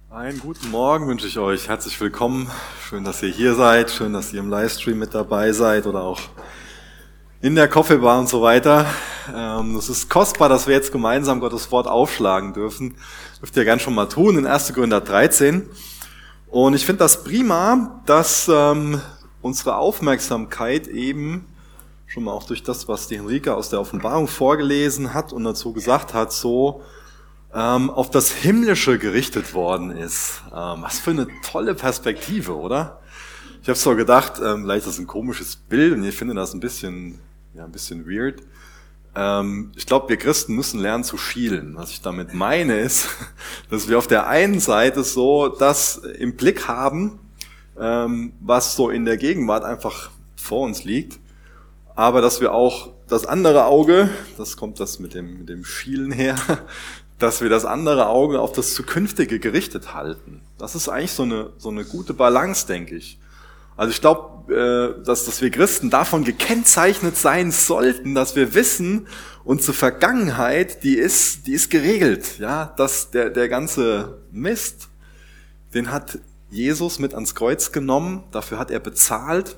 Einen guten Morgen wünsche ich euch. Herzlich willkommen. Schön, dass ihr hier seid. Schön, dass ihr im Livestream mit dabei seid oder auch in der Coffeebar und so weiter. Es ist kostbar, dass wir jetzt gemeinsam Gottes Wort aufschlagen dürfen. Dürft ihr gern schon mal tun in 1. Korinther 13. Und ich finde das prima, dass unsere Aufmerksamkeit eben schon mal auch durch das, was die Henrike aus der Offenbarung vorgelesen hat und dazu gesagt hat, so auf das Himmlische gerichtet worden ist. Was für eine tolle Perspektive, oder? Ich habe so gedacht, vielleicht ist das ein komisches Bild und ich finde das ein bisschen weird. Ich glaube, wir Christen müssen lernen zu schielen. Was ich damit meine ist, dass wir auf der einen Seite so das im Blick haben, was so in der Gegenwart einfach vor uns liegt, aber dass wir auch das andere Auge, das kommt das mit dem Schielen her, dass wir das andere Auge auf das Zukünftige gerichtet halten. Das ist eigentlich so eine gute Balance, denke ich. Also ich glaube, dass wir Christen davon gekennzeichnet sein sollten, dass wir wissen, unsere Vergangenheit, die ist geregelt. Ja, dass der ganze Mist, den hat Jesus mit ans Kreuz genommen, dafür hat er bezahlt.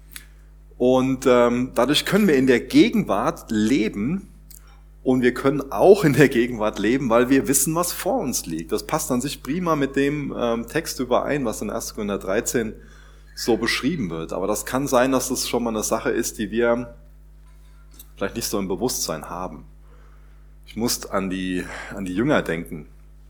Und dadurch können wir in der Gegenwart leben. Und wir können auch in der Gegenwart leben, weil wir wissen, was vor uns liegt. Das passt an sich prima mit dem Text überein, was in 1. Korinther 13 so beschrieben wird. Aber das kann sein, dass das schon mal eine Sache ist, die wir vielleicht nicht so im Bewusstsein haben. Ich muss an die Jünger denken,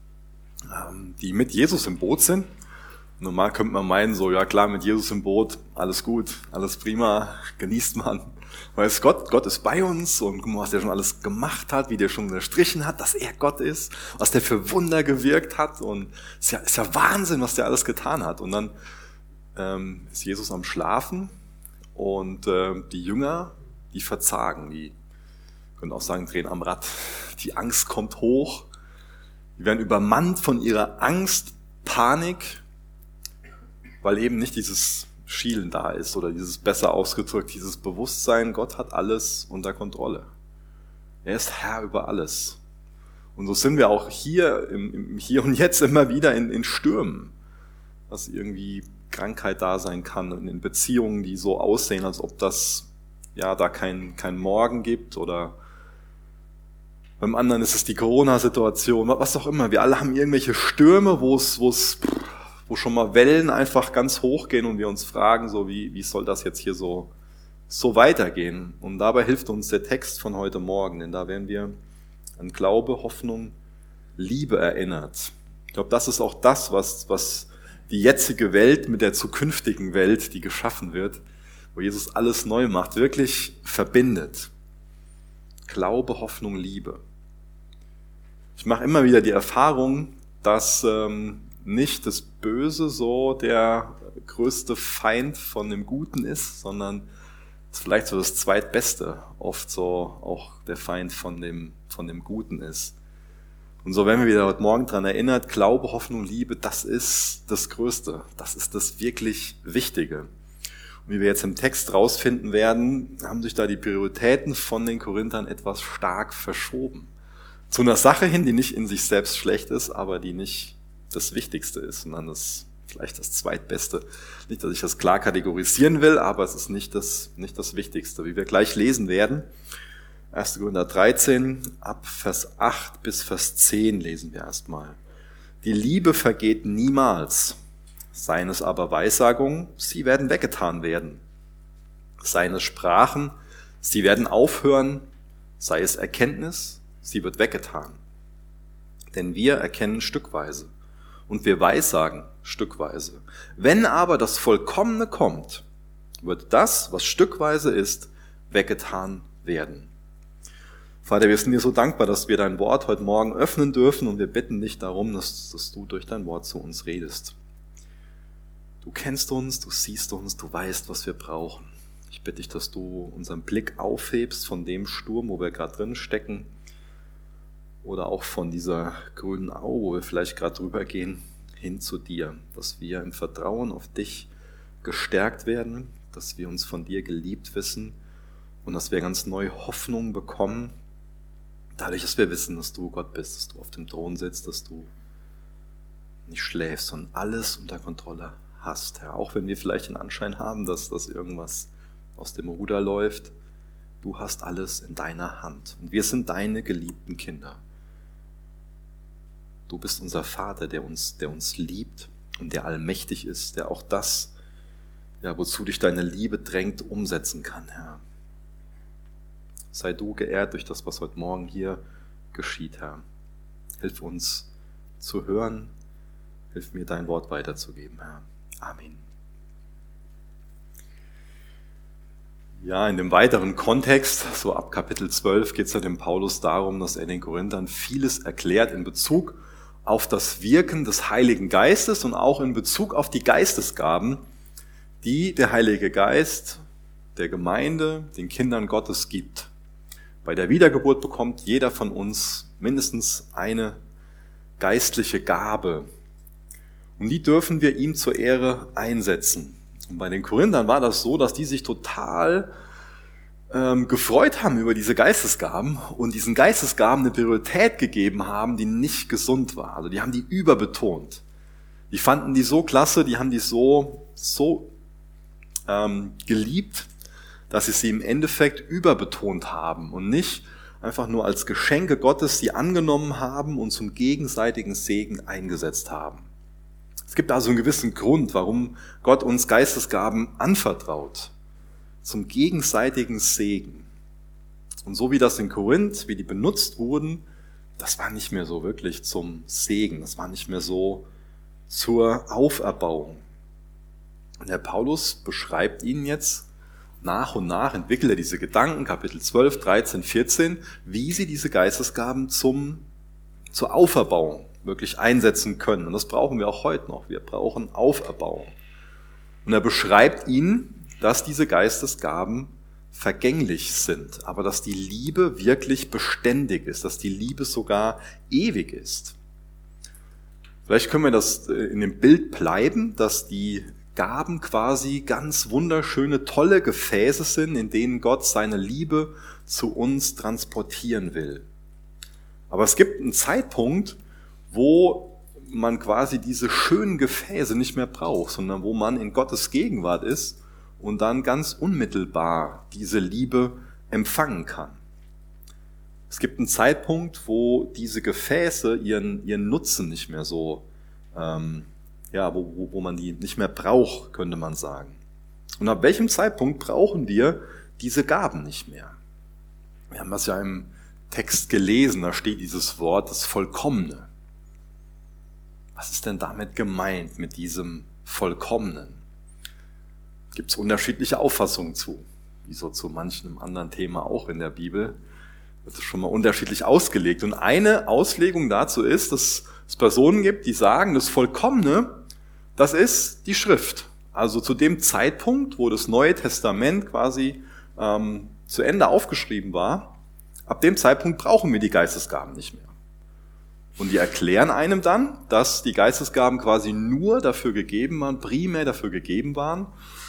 die mit Jesus im Boot sind. Normal könnte man meinen, so, ja klar, mit Jesus im Boot, alles gut, alles prima, genießt man. Weil Gott ist bei uns und guck mal, was der schon alles gemacht hat, wie der schon unterstrichen hat, dass er Gott ist, was der für Wunder gewirkt hat und ist ja Wahnsinn, was der alles getan hat. Und dann ist Jesus am Schlafen und die Jünger, die verzagen, die können auch sagen, drehen am Rad. Die Angst kommt hoch, die werden übermannt von ihrer Angst, Panik, weil eben nicht dieses Schielen da ist oder dieses besser ausgedrückt, dieses Bewusstsein, Gott hat alles unter Kontrolle. Er ist Herr über alles. Und so sind wir auch hier, im Hier und Jetzt immer wieder in Stürmen, dass irgendwie Krankheit da sein kann und in Beziehungen, die so aussehen, als ob das ja da kein Morgen gibt oder beim anderen ist es die Corona-Situation, was auch immer. Wir alle haben irgendwelche Stürme, wo schon mal Wellen einfach ganz hoch gehen und wir uns fragen, so wie soll das jetzt hier so weitergehen? Und dabei hilft uns der Text von heute Morgen, denn da werden wir an Glaube, Hoffnung, Liebe erinnert. Ich glaube, das ist auch das, was die jetzige Welt mit der zukünftigen Welt, die geschaffen wird, wo Jesus alles neu macht, wirklich verbindet. Glaube, Hoffnung, Liebe. Ich mache immer wieder die Erfahrung, dass nicht das Böse so der größte Feind von dem Guten ist, sondern es vielleicht so das Zweitbeste oft so auch der Feind von dem Guten ist. Und so werden wir wieder heute Morgen daran erinnert, Glaube, Hoffnung, Liebe, das ist das Größte, das ist das wirklich Wichtige. Und wie wir jetzt im Text rausfinden werden, haben sich da die Prioritäten von den Korinthern etwas stark verschoben. Zu einer Sache hin, die nicht in sich selbst schlecht ist, aber die nicht das Wichtigste ist, sondern vielleicht das Zweitbeste. Nicht, dass ich das klar kategorisieren will, aber es ist nicht das Wichtigste. Wie wir gleich lesen werden, 1. Korinther 13, ab Vers 8 bis Vers 10 lesen wir erstmal. Die Liebe vergeht niemals, seien es aber Weissagungen, sie werden weggetan werden. Seien es Sprachen, sie werden aufhören, sei es Erkenntnis, sie wird weggetan. Denn wir erkennen stückweise. Und wir weissagen stückweise. Wenn aber das Vollkommene kommt, wird das, was stückweise ist, weggetan werden. Vater, wir sind dir so dankbar, dass wir dein Wort heute Morgen öffnen dürfen und wir bitten dich darum, dass du durch dein Wort zu uns redest. Du kennst uns, du siehst uns, du weißt, was wir brauchen. Ich bitte dich, dass du unseren Blick aufhebst von dem Sturm, wo wir gerade drin stecken, oder auch von dieser grünen Au, wo wir vielleicht gerade drüber gehen, hin zu dir, dass wir im Vertrauen auf dich gestärkt werden, dass wir uns von dir geliebt wissen und dass wir ganz neue Hoffnung bekommen, dadurch, dass wir wissen, dass du Gott bist, dass du auf dem Thron sitzt, dass du nicht schläfst, sondern alles unter Kontrolle hast, Herr. Auch wenn wir vielleicht den Anschein haben, dass irgendwas aus dem Ruder läuft, du hast alles in deiner Hand. Und wir sind deine geliebten Kinder. Du bist unser Vater, der uns liebt und der allmächtig ist, der auch das, wozu dich deine Liebe drängt, umsetzen kann, Herr. Sei du geehrt durch das, was heute Morgen hier geschieht, Herr. Hilf uns zu hören, hilf mir, dein Wort weiterzugeben, Herr. Amen. Ja, in dem weiteren Kontext, so ab Kapitel 12, geht es ja dem Paulus darum, dass er den Korinthern vieles erklärt in Bezug auf das Wirken des Heiligen Geistes und auch in Bezug auf die Geistesgaben, die der Heilige Geist der Gemeinde, den Kindern Gottes gibt. Bei der Wiedergeburt bekommt jeder von uns mindestens eine geistliche Gabe. Und die dürfen wir ihm zur Ehre einsetzen. Und bei den Korinthern war das so, dass die sich total gefreut haben über diese Geistesgaben und diesen Geistesgaben eine Priorität gegeben haben, die nicht gesund war. Also die haben die überbetont. Die fanden die so klasse, die haben die so geliebt, dass sie im Endeffekt überbetont haben und nicht einfach nur als Geschenke Gottes sie angenommen haben und zum gegenseitigen Segen eingesetzt haben. Es gibt also einen gewissen Grund, warum Gott uns Geistesgaben anvertraut, zum gegenseitigen Segen. Und so wie das in Korinth, wie die benutzt wurden, das war nicht mehr so wirklich zum Segen, das war nicht mehr so zur Auferbauung. Und der Paulus beschreibt ihnen jetzt, nach und nach entwickelt er diese Gedanken, Kapitel 12, 13, 14, wie sie diese Geistesgaben zur Auferbauung wirklich einsetzen können. Und das brauchen wir auch heute noch. Wir brauchen Auferbauung. Und er beschreibt ihnen, dass diese Geistesgaben vergänglich sind, aber dass die Liebe wirklich beständig ist, dass die Liebe sogar ewig ist. Vielleicht können wir das in dem Bild bleiben, dass die Gaben quasi ganz wunderschöne, tolle Gefäße sind, in denen Gott seine Liebe zu uns transportieren will. Aber es gibt einen Zeitpunkt, wo man quasi diese schönen Gefäße nicht mehr braucht, sondern wo man in Gottes Gegenwart ist und dann ganz unmittelbar diese Liebe empfangen kann. Es gibt einen Zeitpunkt, wo diese Gefäße ihren Nutzen nicht mehr so wo man die nicht mehr braucht, könnte man sagen. Und ab welchem Zeitpunkt brauchen wir diese Gaben nicht mehr? Wir haben das ja im Text gelesen, da steht dieses Wort, das Vollkommene. Was ist denn damit gemeint, mit diesem Vollkommenen? Gibt es unterschiedliche Auffassungen zu, wie so zu manchem anderen Thema auch in der Bibel. Das ist schon mal unterschiedlich ausgelegt. Und eine Auslegung dazu ist, dass es Personen gibt, die sagen, das Vollkommene, das ist die Schrift. Also zu dem Zeitpunkt, wo das Neue Testament quasi zu Ende aufgeschrieben war, ab dem Zeitpunkt brauchen wir die Geistesgaben nicht mehr. Und die erklären einem dann, dass die Geistesgaben quasi nur dafür gegeben waren, primär dafür gegeben waren,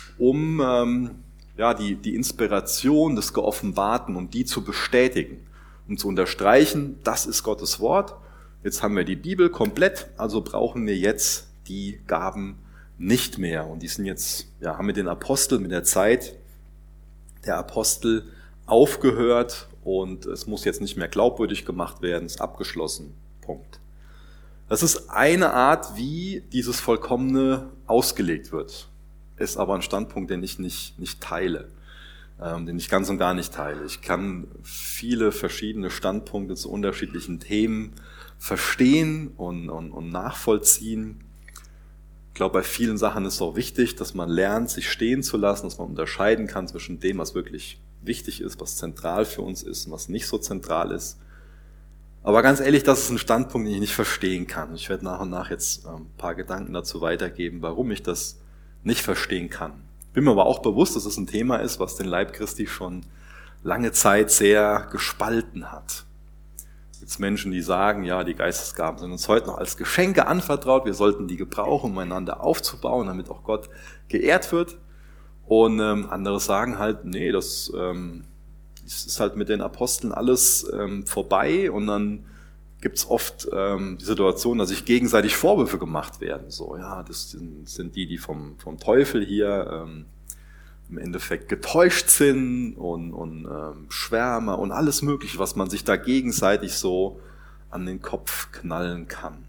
um die Inspiration des Geoffenbarten, um die zu bestätigen, um zu unterstreichen, das ist Gottes Wort. Jetzt haben wir die Bibel komplett, also brauchen wir jetzt die Gaben nicht mehr. Und die sind jetzt, haben mit den Aposteln, mit der Zeit der Apostel aufgehört und es muss jetzt nicht mehr glaubwürdig gemacht werden, ist abgeschlossen. Punkt. Das ist eine Art, wie dieses Vollkommene ausgelegt wird. Ist aber ein Standpunkt, den ich nicht teile, den ich ganz und gar nicht teile. Ich kann viele verschiedene Standpunkte zu unterschiedlichen Themen verstehen und nachvollziehen. Ich glaube, bei vielen Sachen ist es auch wichtig, dass man lernt, sich stehen zu lassen, dass man unterscheiden kann zwischen dem, was wirklich wichtig ist, was zentral für uns ist und was nicht so zentral ist. Aber ganz ehrlich, das ist ein Standpunkt, den ich nicht verstehen kann. Ich werde nach und nach jetzt ein paar Gedanken dazu weitergeben, warum ich das nicht verstehen kann. Bin mir aber auch bewusst, dass es ein Thema ist, was den Leib Christi schon lange Zeit sehr gespalten hat. Es gibt Menschen, die sagen, ja, die Geistesgaben sind uns heute noch als Geschenke anvertraut, wir sollten die gebrauchen, um einander aufzubauen, damit auch Gott geehrt wird. Und andere sagen halt, nee, das ist halt mit den Aposteln alles vorbei und dann gibt es oft die Situation, dass sich gegenseitig Vorwürfe gemacht werden. So, ja, das sind die vom Teufel hier im Endeffekt getäuscht sind und Schwärmer und alles Mögliche, was man sich da gegenseitig so an den Kopf knallen kann.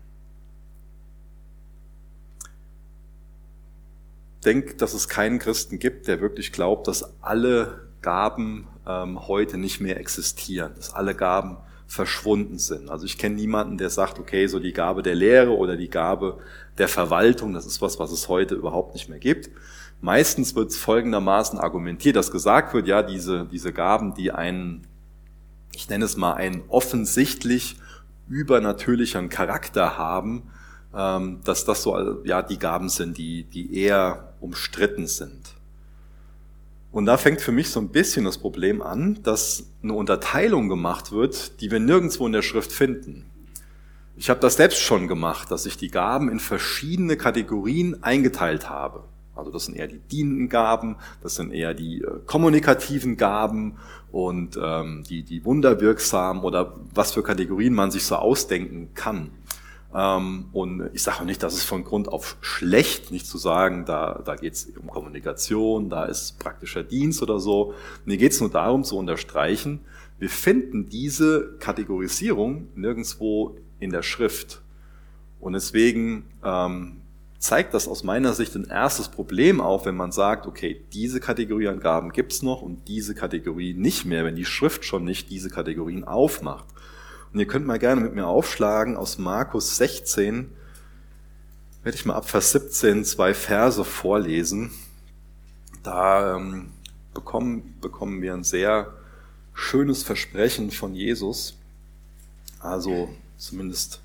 Ich denke, dass es keinen Christen gibt, der wirklich glaubt, dass alle Gaben heute nicht mehr existieren, dass alle Gaben verschwunden sind. Also ich kenne niemanden, der sagt, okay, so die Gabe der Lehre oder die Gabe der Verwaltung, das ist was es heute überhaupt nicht mehr gibt. Meistens wird es folgendermaßen argumentiert, dass gesagt wird, ja, diese Gaben, die einen, ich nenne es mal, einen offensichtlich übernatürlichen Charakter haben, dass das so, ja, die Gaben sind, die eher umstritten sind. Und da fängt für mich so ein bisschen das Problem an, dass eine Unterteilung gemacht wird, die wir nirgendwo in der Schrift finden. Ich habe das selbst schon gemacht, dass ich die Gaben in verschiedene Kategorien eingeteilt habe. Also das sind eher die dienenden Gaben, das sind eher die kommunikativen Gaben und die wunderwirksamen oder was für Kategorien man sich so ausdenken kann. Und ich sage auch nicht, dass es von Grund auf schlecht, nicht zu sagen, da geht es um Kommunikation, da ist praktischer Dienst oder so. Mir geht es nur darum zu unterstreichen, wir finden diese Kategorisierung nirgendwo in der Schrift. Und deswegen zeigt das aus meiner Sicht ein erstes Problem auf, wenn man sagt, okay, diese Kategorie an Gaben gibt's noch und diese Kategorie nicht mehr, wenn die Schrift schon nicht diese Kategorien aufmacht. Und ihr könnt mal gerne mit mir aufschlagen, aus Markus 16, werde ich mal ab Vers 17 2 Verse vorlesen. Da bekommen wir ein sehr schönes Versprechen von Jesus, also zumindest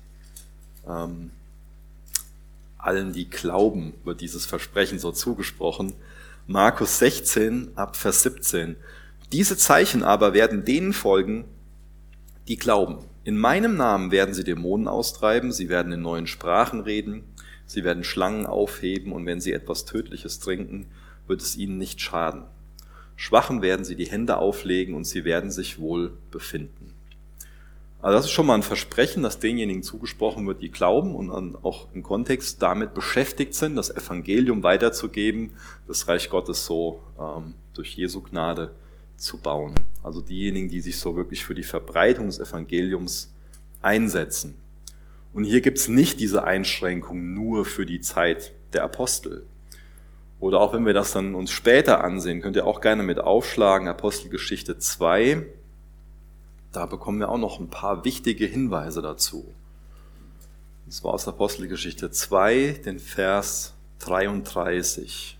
allen, die glauben, wird dieses Versprechen so zugesprochen. Markus 16, ab Vers 17. Diese Zeichen aber werden denen folgen, die glauben. In meinem Namen werden sie Dämonen austreiben, sie werden in neuen Sprachen reden, sie werden Schlangen aufheben und wenn sie etwas Tödliches trinken, wird es ihnen nicht schaden. Schwachen werden sie die Hände auflegen und sie werden sich wohl befinden. Also das ist schon mal ein Versprechen, dass denjenigen zugesprochen wird, die glauben und dann auch im Kontext damit beschäftigt sind, das Evangelium weiterzugeben, das Reich Gottes so durch Jesu Gnade zu bauen. Also diejenigen, die sich so wirklich für die Verbreitung des Evangeliums einsetzen. Und hier gibt es nicht diese Einschränkung nur für die Zeit der Apostel. Oder auch wenn wir das dann uns später ansehen, könnt ihr auch gerne mit aufschlagen, Apostelgeschichte 2. Da bekommen wir auch noch ein paar wichtige Hinweise dazu. Und zwar aus Apostelgeschichte 2, den Vers 33.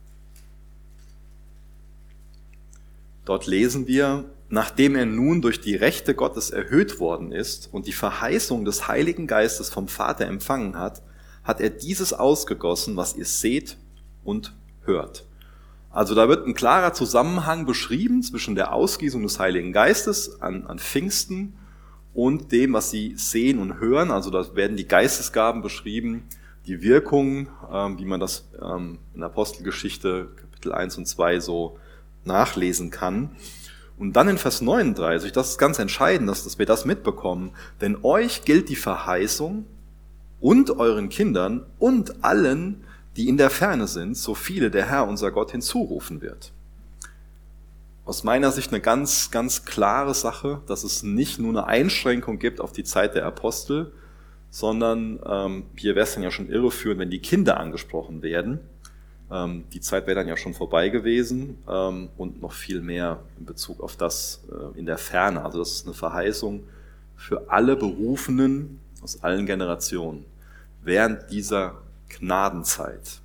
Dort lesen wir, nachdem er nun durch die Rechte Gottes erhöht worden ist und die Verheißung des Heiligen Geistes vom Vater empfangen hat, hat er dieses ausgegossen, was ihr seht und hört. Also da wird ein klarer Zusammenhang beschrieben zwischen der Ausgießung des Heiligen Geistes an Pfingsten und dem, was sie sehen und hören. Also da werden die Geistesgaben beschrieben, die Wirkungen, wie man das in Apostelgeschichte Kapitel 1 und 2 so nachlesen kann. Und dann in Vers 39, das ist ganz entscheidend, dass wir das mitbekommen, denn euch gilt die Verheißung und euren Kindern und allen, die in der Ferne sind, so viele der Herr, unser Gott, hinzurufen wird. Aus meiner Sicht eine ganz, ganz klare Sache, dass es nicht nur eine Einschränkung gibt auf die Zeit der Apostel, sondern hier wäre es dann ja schon irreführend, wenn die Kinder angesprochen werden. Die Zeit wäre dann ja schon vorbei gewesen und noch viel mehr in Bezug auf das in der Ferne. Also das ist eine Verheißung für alle Berufenen aus allen Generationen während dieser Gnadenzeit.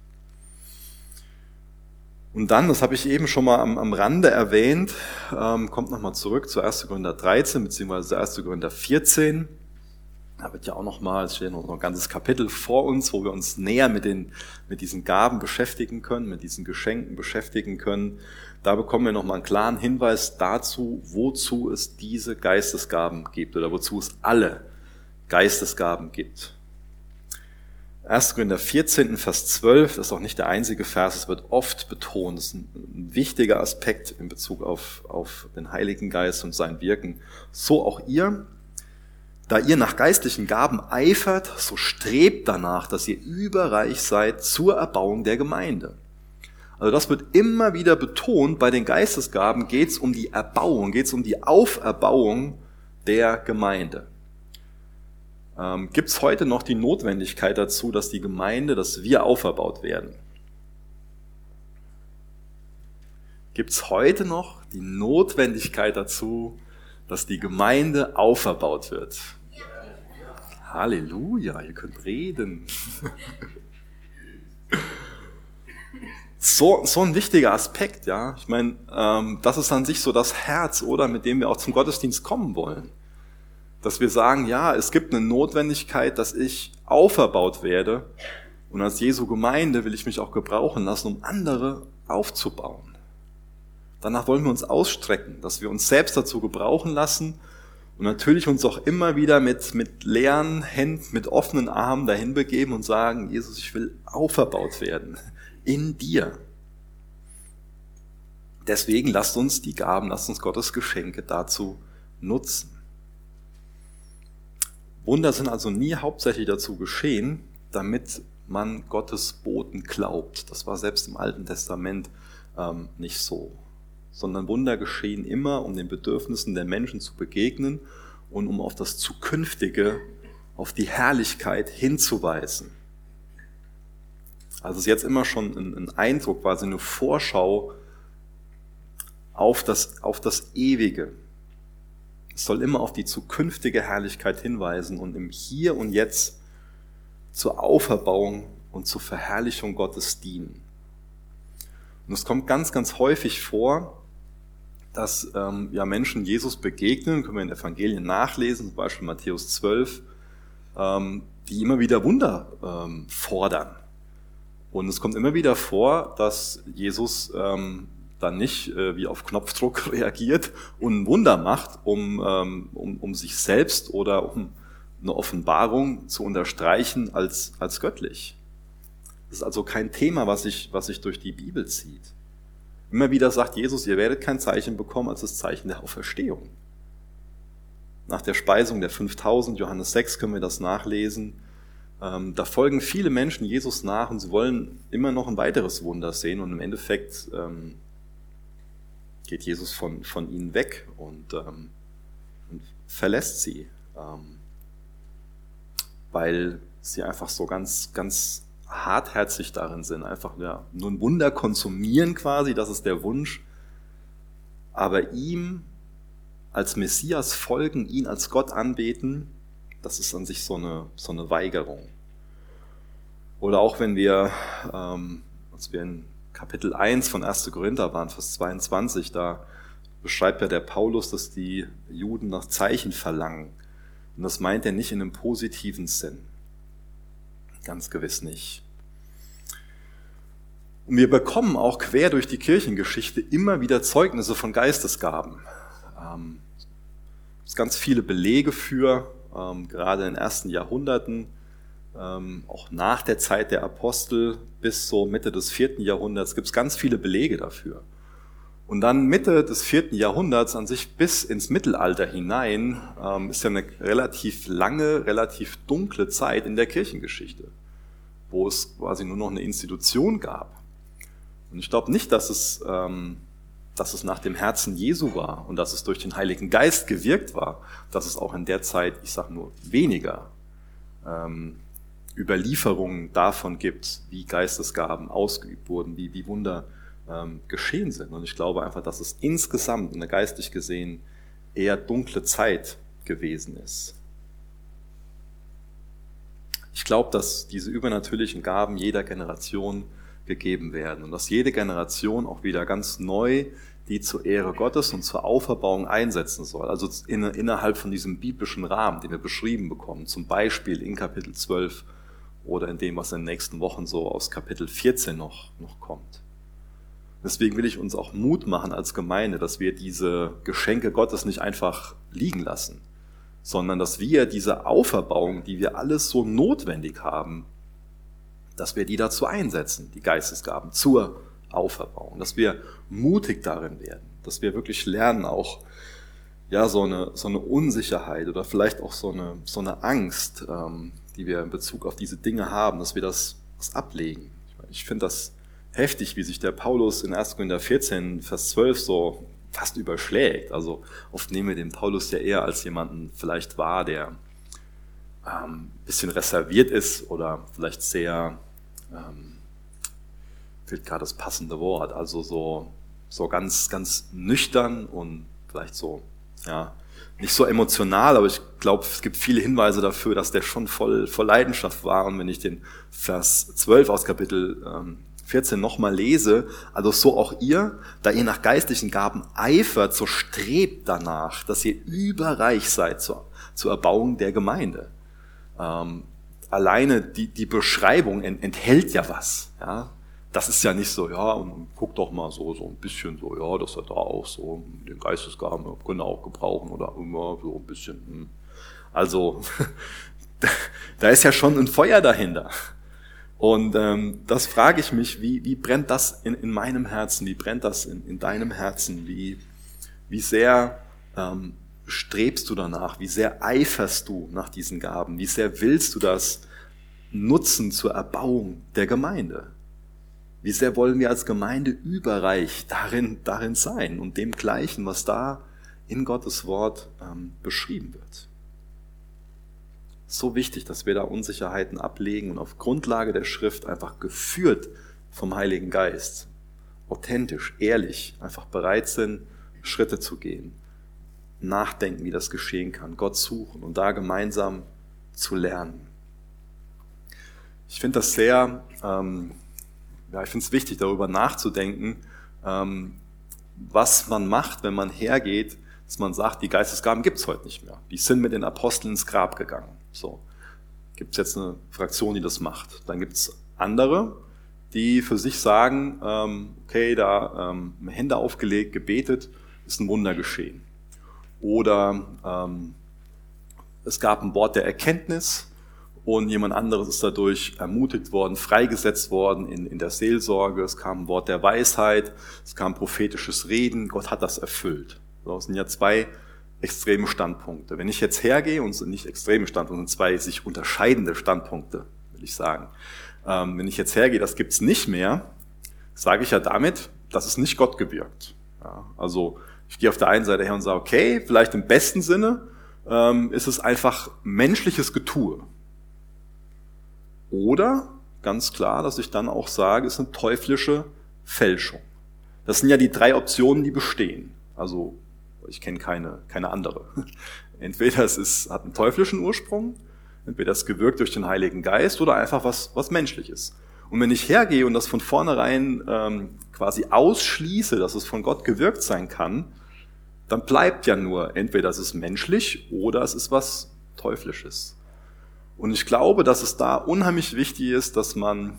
Und dann, das habe ich eben schon mal am Rande erwähnt, kommt nochmal zurück zu 1. Korinther 13 bzw. 1. Korinther 14. Da wird ja auch nochmal, es steht noch ein ganzes Kapitel vor uns, wo wir uns näher mit diesen Gaben beschäftigen können, mit diesen Geschenken beschäftigen können. Da bekommen wir nochmal einen klaren Hinweis dazu, wozu es diese Geistesgaben gibt oder wozu es alle Geistesgaben gibt. 1. Korinther 14, Vers 12, das ist auch nicht der einzige Vers, es wird oft betont, das ist ein wichtiger Aspekt in Bezug auf den Heiligen Geist und sein Wirken. So auch ihr. Da ihr nach geistlichen Gaben eifert, so strebt danach, dass ihr überreich seid zur Erbauung der Gemeinde. Also das wird immer wieder betont, bei den Geistesgaben geht es um die Erbauung, geht es um die Auferbauung der Gemeinde. Gibt es heute noch die Notwendigkeit dazu, dass die Gemeinde, dass wir auferbaut werden? Gibt es heute noch die Notwendigkeit dazu, dass die Gemeinde auferbaut wird? Ja. Halleluja, ihr könnt reden. So ein wichtiger Aspekt, ja. Ich meine, das ist an sich so das Herz, oder, mit dem wir auch zum Gottesdienst kommen wollen. Dass wir sagen, ja, es gibt eine Notwendigkeit, dass ich auferbaut werde. Und als Jesu Gemeinde will ich mich auch gebrauchen lassen, um andere aufzubauen. Danach wollen wir uns ausstrecken, dass wir uns selbst dazu gebrauchen lassen und natürlich uns auch immer wieder mit leeren Händen, mit offenen Armen dahin begeben und sagen, Jesus, ich will auferbaut werden in dir. Deswegen lasst uns die Gaben, lasst uns Gottes Geschenke dazu nutzen. Wunder sind also nie hauptsächlich dazu geschehen, damit man Gottes Boten glaubt. Das war selbst im Alten Testament nicht so. Sondern Wunder geschehen immer, um den Bedürfnissen der Menschen zu begegnen und um auf das Zukünftige, auf die Herrlichkeit hinzuweisen. Also es ist jetzt immer schon ein Eindruck, quasi eine Vorschau auf das Ewige. Es soll immer auf die zukünftige Herrlichkeit hinweisen und im Hier und Jetzt zur Auferbauung und zur Verherrlichung Gottes dienen. Und es kommt ganz, ganz häufig vor, dass Menschen Jesus begegnen, können wir in den Evangelien nachlesen, zum Beispiel Matthäus 12, die immer wieder Wunder fordern. Und es kommt immer wieder vor, dass Jesus dann nicht wie auf Knopfdruck reagiert und ein Wunder macht, um sich selbst oder um eine Offenbarung zu unterstreichen als göttlich. Das ist also kein Thema, was sich durch die Bibel zieht. Immer wieder sagt Jesus, ihr werdet kein Zeichen bekommen als das Zeichen der Auferstehung. Nach der Speisung der 5000, Johannes 6 können wir das nachlesen. Da folgen viele Menschen Jesus nach und sie wollen immer noch ein weiteres Wunder sehen und im Endeffekt geht Jesus von ihnen weg und verlässt sie, weil sie einfach so ganz, ganz hartherzig darin sind, einfach nur ein Wunder konsumieren quasi, das ist der Wunsch, aber ihm als Messias folgen, ihn als Gott anbeten, das ist an sich so eine Weigerung. Oder auch wenn wir, als wir in Kapitel 1 von 1. Korinther waren, Vers 22, da beschreibt ja der Paulus, dass die Juden nach Zeichen verlangen. Und das meint er nicht in einem positiven Sinn. Ganz gewiss nicht. Und wir bekommen auch quer durch die Kirchengeschichte immer wieder Zeugnisse von Geistesgaben. Es gibt ganz viele Belege für, gerade in den ersten Jahrhunderten, auch nach der Zeit der Apostel bis so Mitte des 4. Jahrhunderts gibt es ganz viele Belege dafür. Und dann Mitte des 4. Jahrhunderts an sich bis ins Mittelalter hinein ist ja eine relativ lange, relativ dunkle Zeit in der Kirchengeschichte, wo es quasi nur noch eine Institution gab. Und ich glaube nicht, dass es nach dem Herzen Jesu war und dass es durch den Heiligen Geist gewirkt war, dass es auch in der Zeit, ich sage nur, weniger Überlieferungen davon gibt, wie Geistesgaben ausgeübt wurden, wie Wunder geschehen sind. Und ich glaube einfach, dass es insgesamt, geistlich gesehen, eher dunkle Zeit gewesen ist. Ich glaube, dass diese übernatürlichen Gaben jeder Generation gegeben werden und dass jede Generation auch wieder ganz neu die zur Ehre Gottes und zur Auferbauung einsetzen soll. Also innerhalb von diesem biblischen Rahmen, den wir beschrieben bekommen, zum Beispiel in Kapitel 12 oder in dem, was in den nächsten Wochen so aus Kapitel 14 noch kommt. Deswegen will ich uns auch Mut machen als Gemeinde, dass wir diese Geschenke Gottes nicht einfach liegen lassen, sondern dass wir diese Auferbauung, die wir alles so notwendig haben, dass wir die dazu einsetzen, die Geistesgaben zur Auferbauung, dass wir mutig darin werden, dass wir wirklich lernen, auch ja, so eine Unsicherheit oder vielleicht auch so eine Angst, die wir in Bezug auf diese Dinge haben, dass wir das ablegen. Ich finde das heftig, wie sich der Paulus in 1. Korinther 14, Vers 12 so fast überschlägt. Also oft nehmen wir den Paulus ja eher als jemanden vielleicht wahr, der ein bisschen reserviert ist oder vielleicht sehr, fehlt gerade das passende Wort, also so ganz, ganz nüchtern und vielleicht so, ja, nicht so emotional, aber ich glaube, es gibt viele Hinweise dafür, dass der schon voll Leidenschaft war. Und wenn ich den Vers 12 aus Kapitel 14 nochmal lese, also so auch ihr, da ihr nach geistlichen Gaben eifert, so strebt danach, dass ihr überreich seid zur Erbauung der Gemeinde. Alleine die Beschreibung enthält ja was, ja. Das ist ja nicht so, ja, und guck doch mal so ein bisschen so, ja, dass er da auch so den Geistesgaben können auch gebrauchen oder immer so ein bisschen. Also, da ist ja schon ein Feuer dahinter. Und das frage ich mich, wie brennt das in meinem Herzen, wie brennt das in deinem Herzen, wie sehr strebst du danach, wie sehr eiferst du nach diesen Gaben, wie sehr willst du das nutzen zur Erbauung der Gemeinde? Wie sehr wollen wir als Gemeinde überreich darin sein und dem gleichen, was da in Gottes Wort beschrieben wird? So wichtig, dass wir da Unsicherheiten ablegen und auf Grundlage der Schrift einfach geführt vom Heiligen Geist, authentisch, ehrlich, einfach bereit sind, Schritte zu gehen, nachdenken, wie das geschehen kann, Gott suchen und da gemeinsam zu lernen. Ich finde das sehr... ich finde es wichtig, darüber nachzudenken, was man macht, wenn man hergeht, dass man sagt, die Geistesgaben gibt es heute nicht mehr. Die sind mit den Aposteln ins Grab gegangen. So, gibt es jetzt eine Fraktion, die das macht. Dann gibt es andere, die für sich sagen, okay, da Hände aufgelegt, gebetet, ist ein Wunder geschehen. Oder es gab ein Wort der Erkenntnis, und jemand anderes ist dadurch ermutigt worden, freigesetzt worden in der Seelsorge. Es kam ein Wort der Weisheit, es kam prophetisches Reden. Gott hat das erfüllt. Das sind ja zwei extreme Standpunkte. Wenn ich jetzt hergehe, und nicht extreme Standpunkte, sind zwei sich unterscheidende Standpunkte, will ich sagen. Wenn ich jetzt hergehe, das gibt's nicht mehr, sage ich ja damit, das ist nicht Gott gewirkt. Ja, also ich gehe auf der einen Seite her und sage, okay, vielleicht im besten Sinne ist es einfach menschliches Getue. Oder, ganz klar, dass ich dann auch sage, es ist eine teuflische Fälschung. Das sind ja die drei Optionen, die bestehen. Also, ich kenne keine andere. Entweder hat einen teuflischen Ursprung, entweder es ist gewirkt durch den Heiligen Geist oder einfach was Menschliches. Und wenn ich hergehe und das von vornherein quasi ausschließe, dass es von Gott gewirkt sein kann, dann bleibt ja nur, entweder es ist menschlich oder es ist was Teuflisches. Und ich glaube, dass es da unheimlich wichtig ist, dass man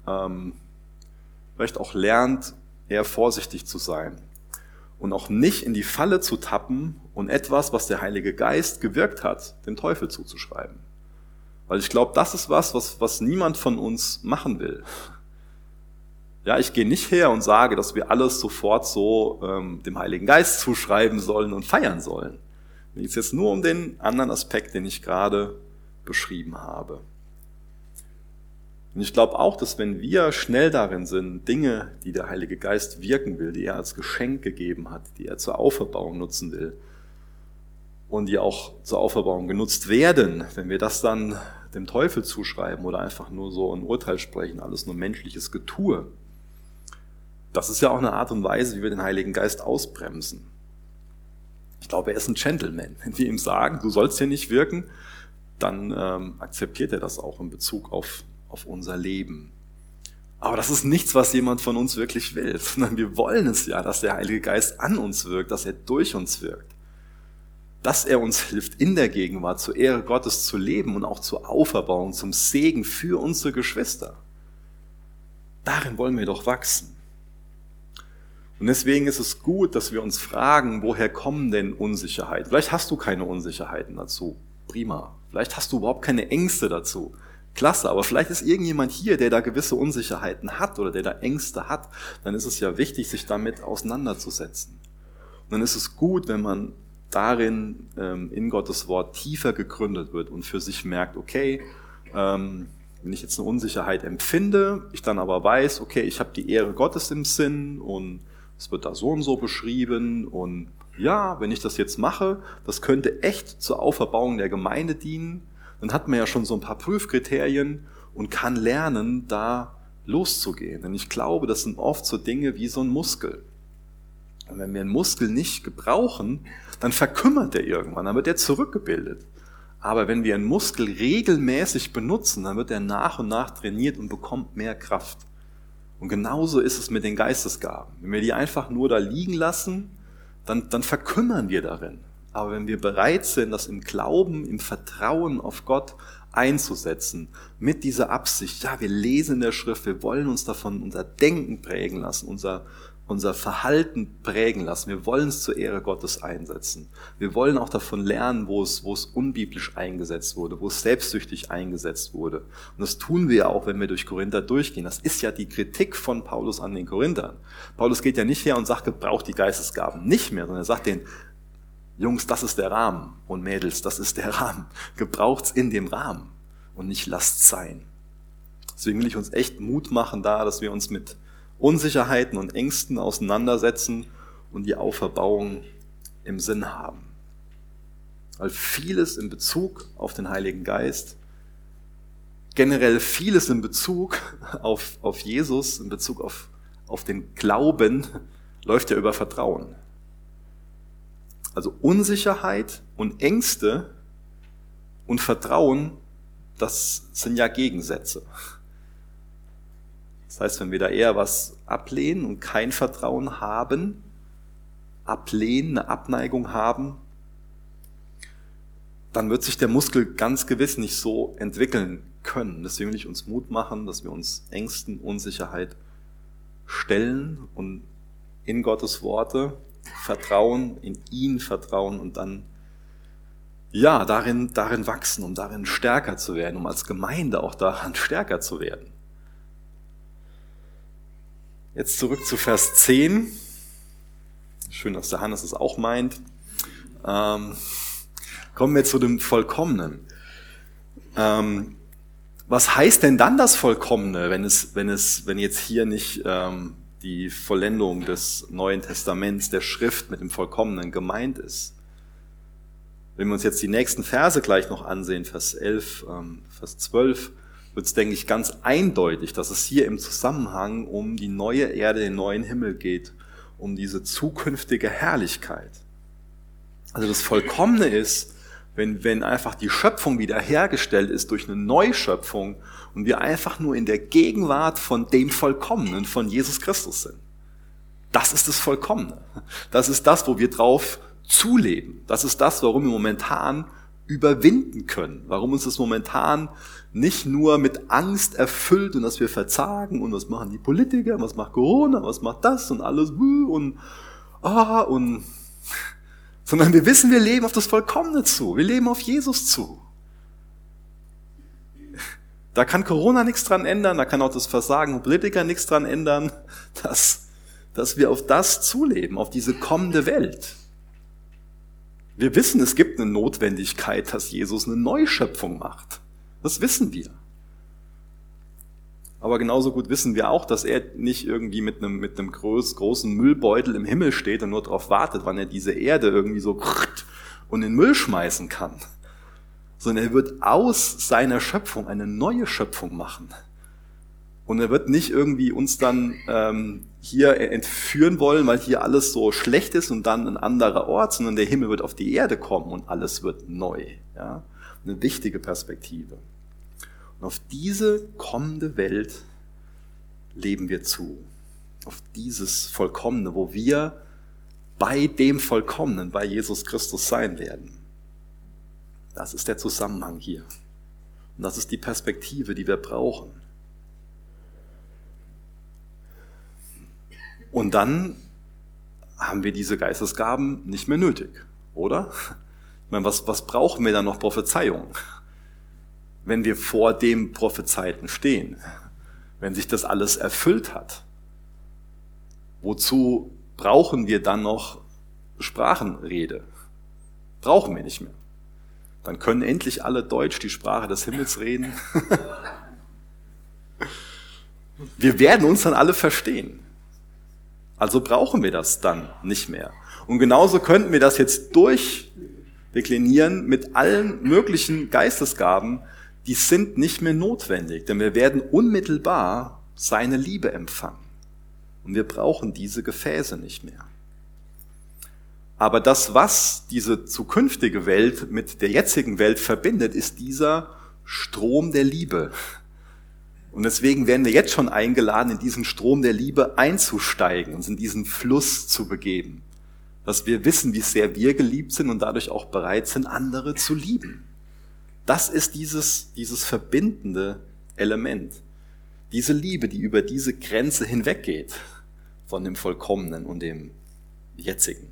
vielleicht auch lernt, eher vorsichtig zu sein und auch nicht in die Falle zu tappen und etwas, was der Heilige Geist gewirkt hat, dem Teufel zuzuschreiben. Weil ich glaube, das ist was niemand von uns machen will. Ja, ich gehe nicht her und sage, dass wir alles sofort so dem Heiligen Geist zuschreiben sollen und feiern sollen. Mir geht es jetzt nur um den anderen Aspekt, den ich gerade beschrieben habe. Und ich glaube auch, dass wenn wir schnell darin sind, Dinge, die der Heilige Geist wirken will, die er als Geschenk gegeben hat, die er zur Auferbauung nutzen will und die auch zur Auferbauung genutzt werden, wenn wir das dann dem Teufel zuschreiben oder einfach nur so ein Urteil sprechen, alles nur menschliches Getue, das ist ja auch eine Art und Weise, wie wir den Heiligen Geist ausbremsen. Ich glaube, er ist ein Gentleman. Wenn wir ihm sagen, du sollst hier nicht wirken, dann akzeptiert er das auch in Bezug auf unser Leben. Aber das ist nichts, was jemand von uns wirklich will, sondern wir wollen es ja, dass der Heilige Geist an uns wirkt, dass er durch uns wirkt. Dass er uns hilft, in der Gegenwart zur Ehre Gottes zu leben und auch zur Auferbauung, zum Segen für unsere Geschwister. Darin wollen wir doch wachsen. Und deswegen ist es gut, dass wir uns fragen, woher kommen denn Unsicherheiten? Vielleicht hast du keine Unsicherheiten dazu. Prima. Vielleicht hast du überhaupt keine Ängste dazu. Klasse, aber vielleicht ist irgendjemand hier, der da gewisse Unsicherheiten hat oder der da Ängste hat. Dann ist es ja wichtig, sich damit auseinanderzusetzen. Und dann ist es gut, wenn man darin in Gottes Wort tiefer gegründet wird und für sich merkt, okay, wenn ich jetzt eine Unsicherheit empfinde, ich dann aber weiß, okay, ich habe die Ehre Gottes im Sinn und es wird da so und so beschrieben und ja, wenn ich das jetzt mache, das könnte echt zur Auferbauung der Gemeinde dienen, dann hat man ja schon so ein paar Prüfkriterien und kann lernen, da loszugehen. Denn ich glaube, das sind oft so Dinge wie so ein Muskel. Und wenn wir einen Muskel nicht gebrauchen, dann verkümmert der irgendwann, dann wird der zurückgebildet. Aber wenn wir einen Muskel regelmäßig benutzen, dann wird er nach und nach trainiert und bekommt mehr Kraft. Und genauso ist es mit den Geistesgaben. Wenn wir die einfach nur da liegen lassen, dann verkümmern wir darin. Aber wenn wir bereit sind, das im Glauben, im Vertrauen auf Gott einzusetzen, mit dieser Absicht, ja, wir lesen in der Schrift, wir wollen uns davon unser Denken prägen lassen, unser Verhalten prägen lassen. Wir wollen es zur Ehre Gottes einsetzen. Wir wollen auch davon lernen, wo es unbiblisch eingesetzt wurde, wo es selbstsüchtig eingesetzt wurde. Und das tun wir ja auch, wenn wir durch Korinther durchgehen. Das ist ja die Kritik von Paulus an den Korinthern. Paulus geht ja nicht her und sagt, gebraucht die Geistesgaben nicht mehr, sondern er sagt denen, Jungs, das ist der Rahmen und Mädels, das ist der Rahmen. Gebraucht's in dem Rahmen und nicht lasst's sein. Deswegen will ich uns echt Mut machen da, dass wir uns mit Unsicherheiten und Ängsten auseinandersetzen und die Auferbauung im Sinn haben. Weil vieles in Bezug auf den Heiligen Geist, generell vieles in Bezug auf Jesus, in Bezug auf den Glauben, läuft ja über Vertrauen. Also Unsicherheit und Ängste und Vertrauen, das sind ja Gegensätze. Das heißt, wenn wir da eher was ablehnen und kein Vertrauen haben, ablehnen, eine Abneigung haben, dann wird sich der Muskel ganz gewiss nicht so entwickeln können. Deswegen will ich uns Mut machen, dass wir uns Ängsten, Unsicherheit stellen und in Gottes Worte vertrauen, in ihn vertrauen und dann ja darin wachsen, um darin stärker zu werden, um als Gemeinde auch daran stärker zu werden. Jetzt zurück zu Vers 10. Schön, dass der Hannes es auch meint. Kommen wir zu dem Vollkommenen. Was heißt denn dann das Vollkommene, wenn jetzt hier nicht die Vollendung des Neuen Testaments, der Schrift mit dem Vollkommenen gemeint ist? Wenn wir uns jetzt die nächsten Verse gleich noch ansehen, Vers 11, Vers 12, wird es, denke ich, ganz eindeutig, dass es hier im Zusammenhang um die neue Erde, den neuen Himmel geht, um diese zukünftige Herrlichkeit. Also das Vollkommene ist, wenn einfach die Schöpfung wiederhergestellt ist durch eine Neuschöpfung und wir einfach nur in der Gegenwart von dem Vollkommenen, von Jesus Christus sind. Das ist das Vollkommene. Das ist das, wo wir drauf zuleben. Das ist das, warum wir momentan überwinden können. Warum uns das momentan nicht nur mit Angst erfüllt und dass wir verzagen und was machen die Politiker, was macht Corona, was macht das und alles und sondern wir wissen, wir leben auf das Vollkommene zu. Wir leben auf Jesus zu. Da kann Corona nichts dran ändern, da kann auch das Versagen von Politikern nichts dran ändern, dass wir auf das zuleben, auf diese kommende Welt. Wir wissen, es gibt eine Notwendigkeit, dass Jesus eine Neuschöpfung macht. Das wissen wir. Aber genauso gut wissen wir auch, dass er nicht irgendwie mit einem großen Müllbeutel im Himmel steht und nur darauf wartet, wann er diese Erde irgendwie so und in den Müll schmeißen kann. Sondern er wird aus seiner Schöpfung eine neue Schöpfung machen. Und er wird nicht irgendwie uns dann hier entführen wollen, weil hier alles so schlecht ist und dann ein anderer Ort, sondern der Himmel wird auf die Erde kommen und alles wird neu. Ja? Eine wichtige Perspektive. Und auf diese kommende Welt leben wir zu. Auf dieses Vollkommene, wo wir bei dem Vollkommenen, bei Jesus Christus sein werden. Das ist der Zusammenhang hier. Und das ist die Perspektive, die wir brauchen. Und dann haben wir diese Geistesgaben nicht mehr nötig, oder? Ich meine, was brauchen wir dann noch Prophezeiung? Wenn wir vor dem Prophezeiten stehen, wenn sich das alles erfüllt hat, wozu brauchen wir dann noch Sprachenrede? Brauchen wir nicht mehr. Dann können endlich alle Deutsch die Sprache des Himmels reden. Wir werden uns dann alle verstehen. Also brauchen wir das dann nicht mehr. Und genauso könnten wir das jetzt durchdeklinieren mit allen möglichen Geistesgaben, die sind nicht mehr notwendig, denn wir werden unmittelbar seine Liebe empfangen. Und wir brauchen diese Gefäße nicht mehr. Aber das, was diese zukünftige Welt mit der jetzigen Welt verbindet, ist dieser Strom der Liebe. Und deswegen werden wir jetzt schon eingeladen, in diesen Strom der Liebe einzusteigen, uns in diesen Fluss zu begeben. Dass wir wissen, wie sehr wir geliebt sind und dadurch auch bereit sind, andere zu lieben. Das ist dieses verbindende Element. Diese Liebe, die über diese Grenze hinweggeht von dem Vollkommenen und dem Jetzigen.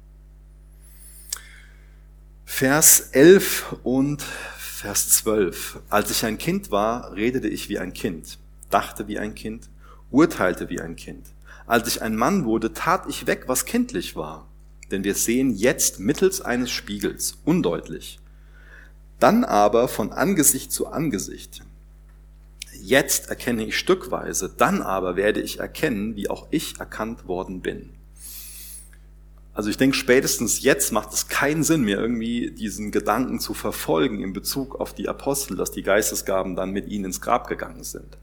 Vers 11 und Vers 12. Als ich ein Kind war, redete ich wie ein Kind, dachte wie ein Kind, urteilte wie ein Kind. Als ich ein Mann wurde, tat ich weg, was kindlich war. Denn wir sehen jetzt mittels eines Spiegels, undeutlich. Dann aber von Angesicht zu Angesicht. Jetzt erkenne ich stückweise, dann aber werde ich erkennen, wie auch ich erkannt worden bin. Also ich denke, spätestens jetzt macht es keinen Sinn mehr, irgendwie diesen Gedanken zu verfolgen in Bezug auf die Apostel, dass die Geistesgaben dann mit ihnen ins Grab gegangen sind.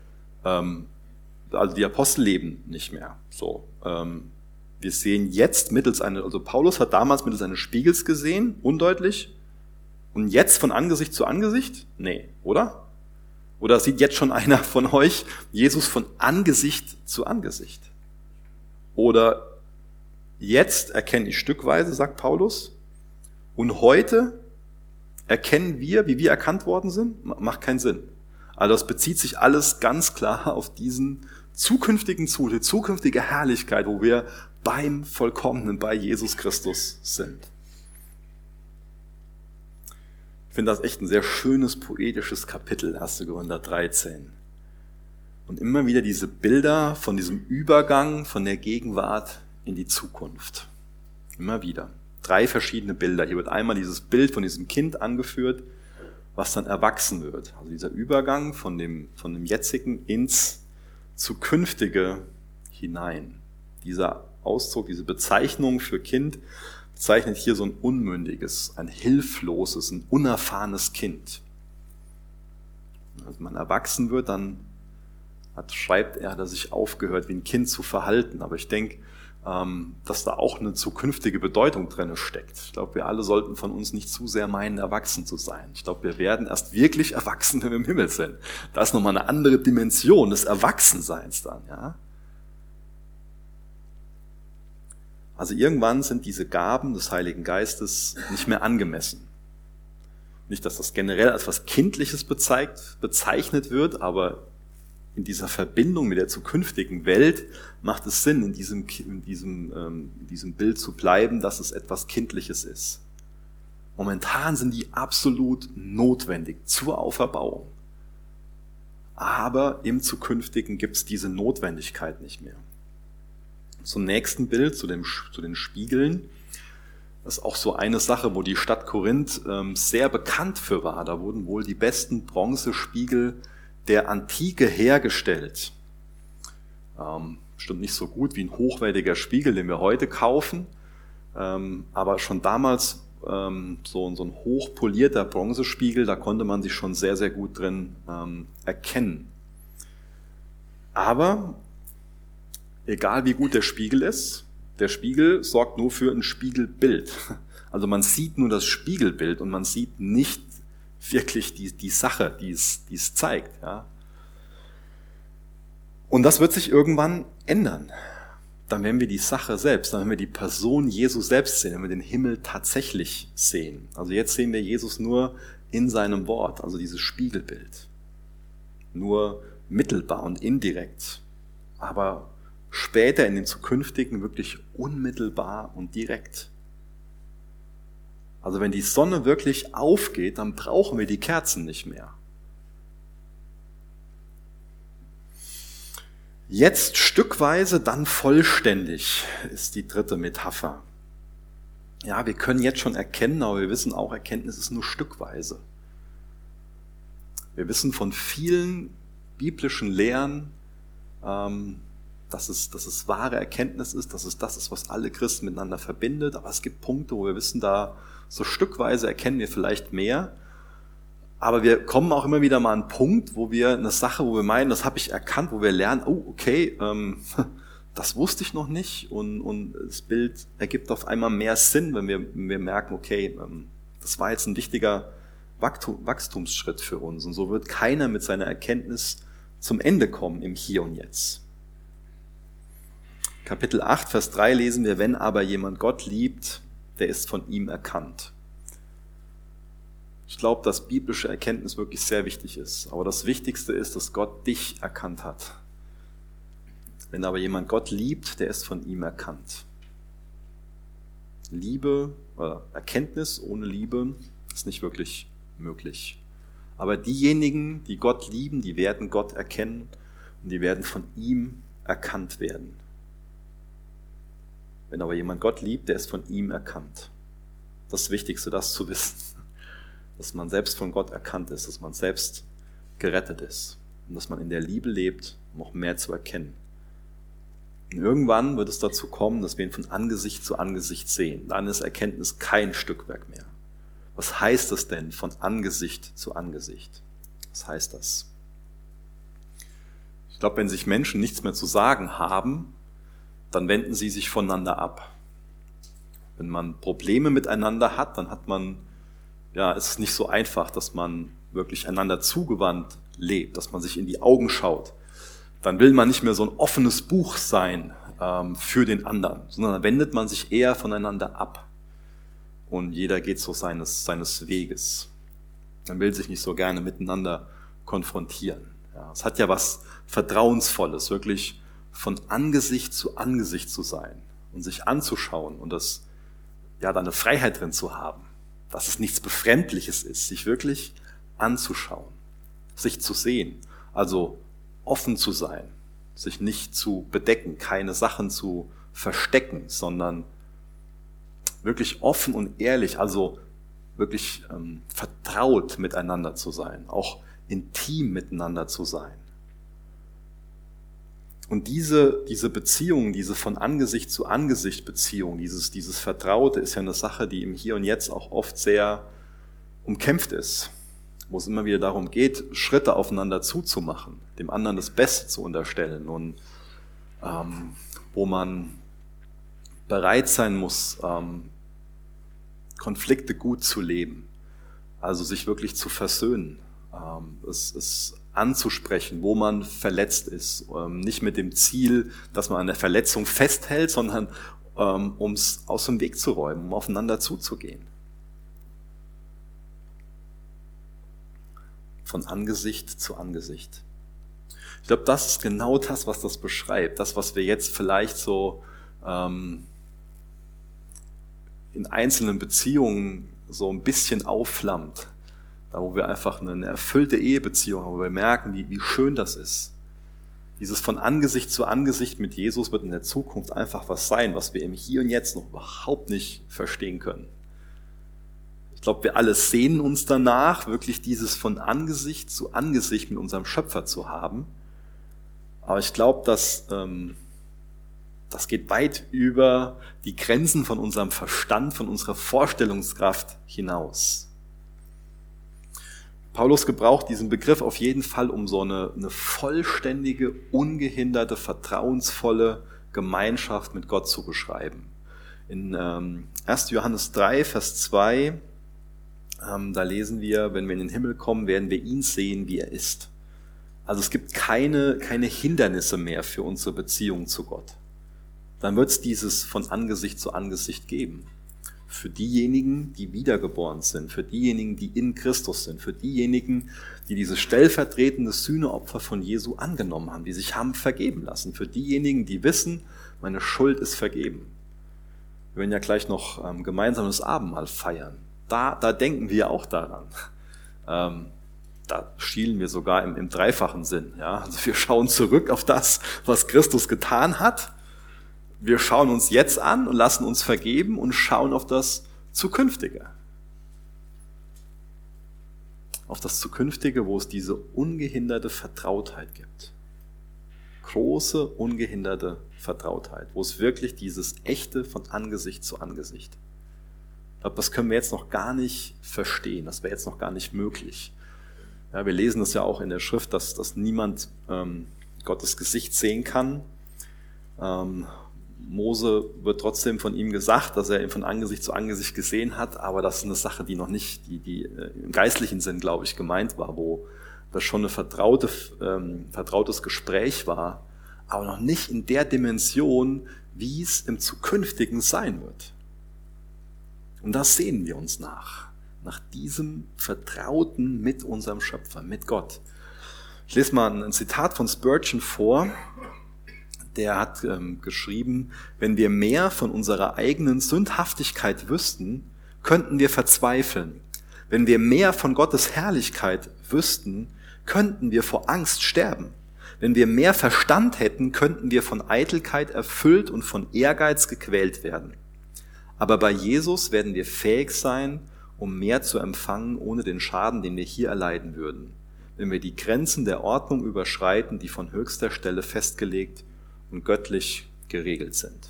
Also die Apostel leben nicht mehr. Wir sehen jetzt also Paulus hat damals mittels eines Spiegels gesehen, undeutlich, und jetzt von Angesicht zu Angesicht? Nee, oder? Oder sieht jetzt schon einer von euch Jesus von Angesicht zu Angesicht? Oder jetzt erkenne ich stückweise, sagt Paulus, und heute erkennen wir, wie wir erkannt worden sind? Macht keinen Sinn. Also das bezieht sich alles ganz klar auf diesen zukünftigen Zustand, die zukünftige Herrlichkeit, wo wir beim Vollkommenen, bei Jesus Christus sind. Ich finde das echt ein sehr schönes, poetisches Kapitel, 1. Korinther 13. Und immer wieder diese Bilder von diesem Übergang von der Gegenwart in die Zukunft. Immer wieder. 3 verschiedene Bilder. Hier wird einmal dieses Bild von diesem Kind angeführt, was dann erwachsen wird. Also dieser Übergang von dem Jetzigen ins Zukünftige hinein. Dieser Ausdruck, diese Bezeichnung für Kind bezeichnet hier so ein unmündiges, ein hilfloses, ein unerfahrenes Kind. Als man erwachsen wird, dann schreibt er, hat er sich aufgehört, wie ein Kind zu verhalten. Aber ich denke, dass da auch eine zukünftige Bedeutung drin steckt. Ich glaube, wir alle sollten von uns nicht zu sehr meinen, erwachsen zu sein. Ich glaube, wir werden erst wirklich erwachsen, wenn wir im Himmel sind. Da ist nochmal eine andere Dimension des Erwachsenseins dann, ja. Also irgendwann sind diese Gaben des Heiligen Geistes nicht mehr angemessen. Nicht, dass das generell als was Kindliches bezeichnet wird, aber in dieser Verbindung mit der zukünftigen Welt macht es Sinn, in diesem Bild zu bleiben, dass es etwas Kindliches ist. Momentan sind die absolut notwendig zur Auferbauung. Aber im Zukünftigen gibt es diese Notwendigkeit nicht mehr. Zum nächsten Bild, zu den Spiegeln. Das ist auch so eine Sache, wo die Stadt Korinth sehr bekannt für war. Da wurden wohl die besten Bronzespiegel der Antike hergestellt. Bestimmt nicht so gut wie ein hochwertiger Spiegel, den wir heute kaufen, aber schon damals so ein hochpolierter Bronzespiegel, da konnte man sich schon sehr, sehr gut drin erkennen. Aber egal wie gut der Spiegel ist, der Spiegel sorgt nur für ein Spiegelbild. Also man sieht nur das Spiegelbild und man sieht nicht wirklich die Sache, die es zeigt. Ja. Und das wird sich irgendwann ändern. Dann werden wir die Sache selbst, dann werden wir die Person Jesus selbst sehen, wenn wir den Himmel tatsächlich sehen. Also jetzt sehen wir Jesus nur in seinem Wort, also dieses Spiegelbild. Nur mittelbar und indirekt. Aber später in den Zukünftigen wirklich unmittelbar und direkt. Also wenn die Sonne wirklich aufgeht, dann brauchen wir die Kerzen nicht mehr. Jetzt stückweise, dann vollständig ist die dritte Metapher. ja, wir können jetzt schon erkennen, aber wir wissen auch, Erkenntnis ist nur stückweise. Wir wissen von vielen biblischen Lehren, dass es wahre Erkenntnis ist, dass es das ist, was alle Christen miteinander verbindet. Aber es gibt Punkte, wo wir wissen, da so stückweise erkennen wir vielleicht mehr. Aber wir kommen auch immer wieder mal an einen Punkt, wo wir eine Sache, wo wir meinen, das habe ich erkannt, wo wir lernen, oh, okay, das wusste ich noch nicht. Und das Bild ergibt auf einmal mehr Sinn, wenn wir merken, okay, das war jetzt ein wichtiger Wachstumsschritt für uns. Und so wird keiner mit seiner Erkenntnis zum Ende kommen im Hier und Jetzt. Kapitel 8, Vers 3 lesen wir, wenn aber jemand Gott liebt, der ist von ihm erkannt. Ich glaube, dass biblische Erkenntnis wirklich sehr wichtig ist. Aber das Wichtigste ist, dass Gott dich erkannt hat. Wenn aber jemand Gott liebt, der ist von ihm erkannt. Liebe oder Erkenntnis ohne Liebe ist nicht wirklich möglich. Aber diejenigen, die Gott lieben, die werden Gott erkennen und die werden von ihm erkannt werden. Wenn aber jemand Gott liebt, der ist von ihm erkannt. Das Wichtigste, das zu wissen, dass man selbst von Gott erkannt ist, dass man selbst gerettet ist und dass man in der Liebe lebt, um noch mehr zu erkennen. Und irgendwann wird es dazu kommen, dass wir ihn von Angesicht zu Angesicht sehen. Dann ist Erkenntnis kein Stückwerk mehr. Was heißt das denn von Angesicht zu Angesicht? Was heißt das? Ich glaube, wenn sich Menschen nichts mehr zu sagen haben, dann wenden sie sich voneinander ab. Wenn man Probleme miteinander hat, dann ist es nicht so einfach, dass man wirklich einander zugewandt lebt, dass man sich in die Augen schaut. Dann will man nicht mehr so ein offenes Buch sein für den anderen, sondern dann wendet man sich eher voneinander ab. Und jeder geht so seines Weges. Man will sich nicht so gerne miteinander konfrontieren. Ja, es hat ja was Vertrauensvolles, wirklich von Angesicht zu sein und sich anzuschauen und da eine Freiheit drin zu haben, dass es nichts Befremdliches ist, sich wirklich anzuschauen, sich zu sehen, also offen zu sein, sich nicht zu bedecken, keine Sachen zu verstecken, sondern wirklich offen und ehrlich, also wirklich vertraut miteinander zu sein, auch intim miteinander zu sein. Und diese Beziehung, diese von Angesicht zu Angesicht Beziehung, dieses Vertraute ist ja eine Sache, die im Hier und Jetzt auch oft sehr umkämpft ist, wo es immer wieder darum geht, Schritte aufeinander zuzumachen, dem anderen das Beste zu unterstellen und wo man bereit sein muss, Konflikte gut zu leben, also sich wirklich zu versöhnen, es anzusprechen, wo man verletzt ist, nicht mit dem Ziel, dass man an der Verletzung festhält, sondern um es aus dem Weg zu räumen, um aufeinander zuzugehen. Von Angesicht zu Angesicht. Ich glaube, das ist genau das, was das beschreibt. Das, was wir jetzt vielleicht so in einzelnen Beziehungen so ein bisschen aufflammt. Da, wo wir einfach eine erfüllte Ehebeziehung haben, wo wir merken, wie schön das ist. Dieses von Angesicht zu Angesicht mit Jesus wird in der Zukunft einfach was sein, was wir im Hier und Jetzt noch überhaupt nicht verstehen können. Ich glaube, wir alle sehnen uns danach, wirklich dieses von Angesicht zu Angesicht mit unserem Schöpfer zu haben. Aber ich glaube, das geht weit über die Grenzen von unserem Verstand, von unserer Vorstellungskraft hinaus. Paulus gebraucht diesen Begriff auf jeden Fall, um so eine vollständige, ungehinderte, vertrauensvolle Gemeinschaft mit Gott zu beschreiben. In 1. Johannes 3, Vers 2, da lesen wir, wenn wir in den Himmel kommen, werden wir ihn sehen, wie er ist. Also es gibt keine Hindernisse mehr für unsere Beziehung zu Gott. Dann wird es dieses von Angesicht zu Angesicht geben. Für diejenigen, die wiedergeboren sind, für diejenigen, die in Christus sind, für diejenigen, die dieses stellvertretende Sühneopfer von Jesu angenommen haben, die sich haben vergeben lassen, für diejenigen, die wissen, meine Schuld ist vergeben. Wir werden ja gleich noch gemeinsames Abendmahl feiern. Da denken wir auch daran. Da schielen wir sogar im dreifachen Sinn. Ja? Also wir schauen zurück auf das, was Christus getan hat. wir schauen uns jetzt an und lassen uns vergeben und schauen auf das Zukünftige. Auf das Zukünftige, wo es diese ungehinderte Vertrautheit gibt. Große, ungehinderte Vertrautheit, wo es wirklich dieses Echte von Angesicht zu Angesicht. Ich glaube, das können wir jetzt noch gar nicht verstehen, das wäre jetzt noch gar nicht möglich. Ja, wir lesen es ja auch in der Schrift, dass niemand Gottes Gesicht sehen kann. Mose wird trotzdem von ihm gesagt, dass er ihn von Angesicht zu Angesicht gesehen hat, aber das ist eine Sache, die noch nicht, die im geistlichen Sinn, glaube ich, gemeint war, wo das schon ein vertrautes Gespräch war, aber noch nicht in der Dimension, wie es im Zukünftigen sein wird. Und das sehen wir uns nach diesem Vertrauten mit unserem Schöpfer, mit Gott. Ich lese mal ein Zitat von Spurgeon vor. Der hat geschrieben: Wenn wir mehr von unserer eigenen Sündhaftigkeit wüssten, könnten wir verzweifeln. Wenn wir mehr von Gottes Herrlichkeit wüssten, könnten wir vor Angst sterben. Wenn wir mehr Verstand hätten, könnten wir von Eitelkeit erfüllt und von Ehrgeiz gequält werden. Aber bei Jesus werden wir fähig sein, um mehr zu empfangen, ohne den Schaden, den wir hier erleiden würden, wenn wir die Grenzen der Ordnung überschreiten, die von höchster Stelle festgelegt und göttlich geregelt sind.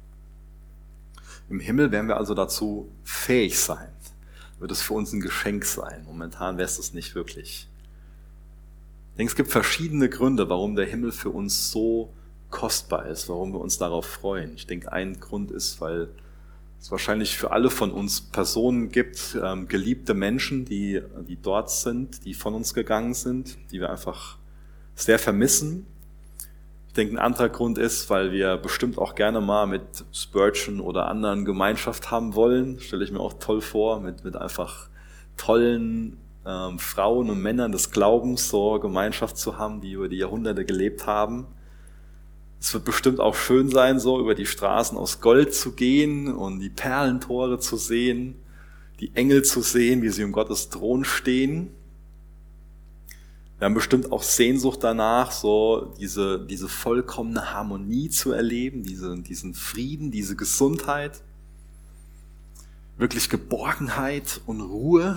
Im Himmel werden wir also dazu fähig sein. Wird es für uns ein Geschenk sein. Momentan wäre es das nicht wirklich. Ich denke, es gibt verschiedene Gründe, warum der Himmel für uns so kostbar ist, warum wir uns darauf freuen. Ich denke, ein Grund ist, weil es wahrscheinlich für alle von uns Personen gibt, geliebte Menschen, die dort sind, die von uns gegangen sind, die wir einfach sehr vermissen. Ich denke, ein anderer Grund ist, weil wir bestimmt auch gerne mal mit Spurgeon oder anderen Gemeinschaft haben wollen. Stelle ich mir auch toll vor, mit einfach tollen Frauen und Männern des Glaubens so Gemeinschaft zu haben, die über die Jahrhunderte gelebt haben. Es wird bestimmt auch schön sein, so über die Straßen aus Gold zu gehen und die Perlentore zu sehen, die Engel zu sehen, wie sie um Gottes Thron stehen. Wir haben bestimmt auch Sehnsucht danach, so diese vollkommene Harmonie zu erleben, diesen Frieden, diese Gesundheit, wirklich Geborgenheit und Ruhe.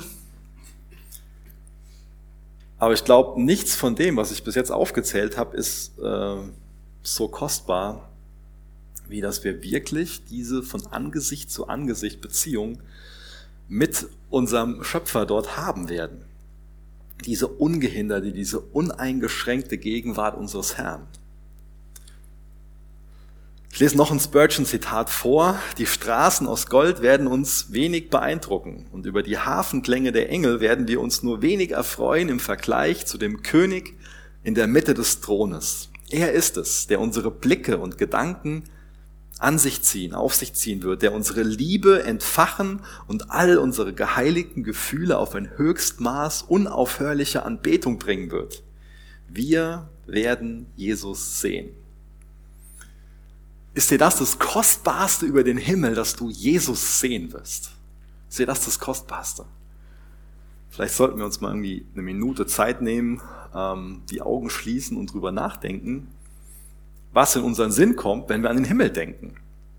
Aber ich glaube, nichts von dem, was ich bis jetzt aufgezählt habe, ist so kostbar, wie dass wir wirklich diese von Angesicht zu Angesicht Beziehung mit unserem Schöpfer dort haben werden. Diese ungehinderte, diese uneingeschränkte Gegenwart unseres Herrn. Ich lese noch ein Spurgeon-Zitat vor. Die Straßen aus Gold werden uns wenig beeindrucken und über die Hafenklänge der Engel werden wir uns nur wenig erfreuen im Vergleich zu dem König in der Mitte des Thrones. Er ist es, der unsere Blicke und Gedanken auf sich ziehen wird, der unsere Liebe entfachen und all unsere geheiligten Gefühle auf ein Höchstmaß unaufhörlicher Anbetung bringen wird. Wir werden Jesus sehen. Ist dir das Kostbarste über den Himmel, dass du Jesus sehen wirst? Ist dir das Kostbarste? Vielleicht sollten wir uns mal irgendwie eine Minute Zeit nehmen, die Augen schließen und drüber nachdenken, was in unseren Sinn kommt, wenn wir an den Himmel denken.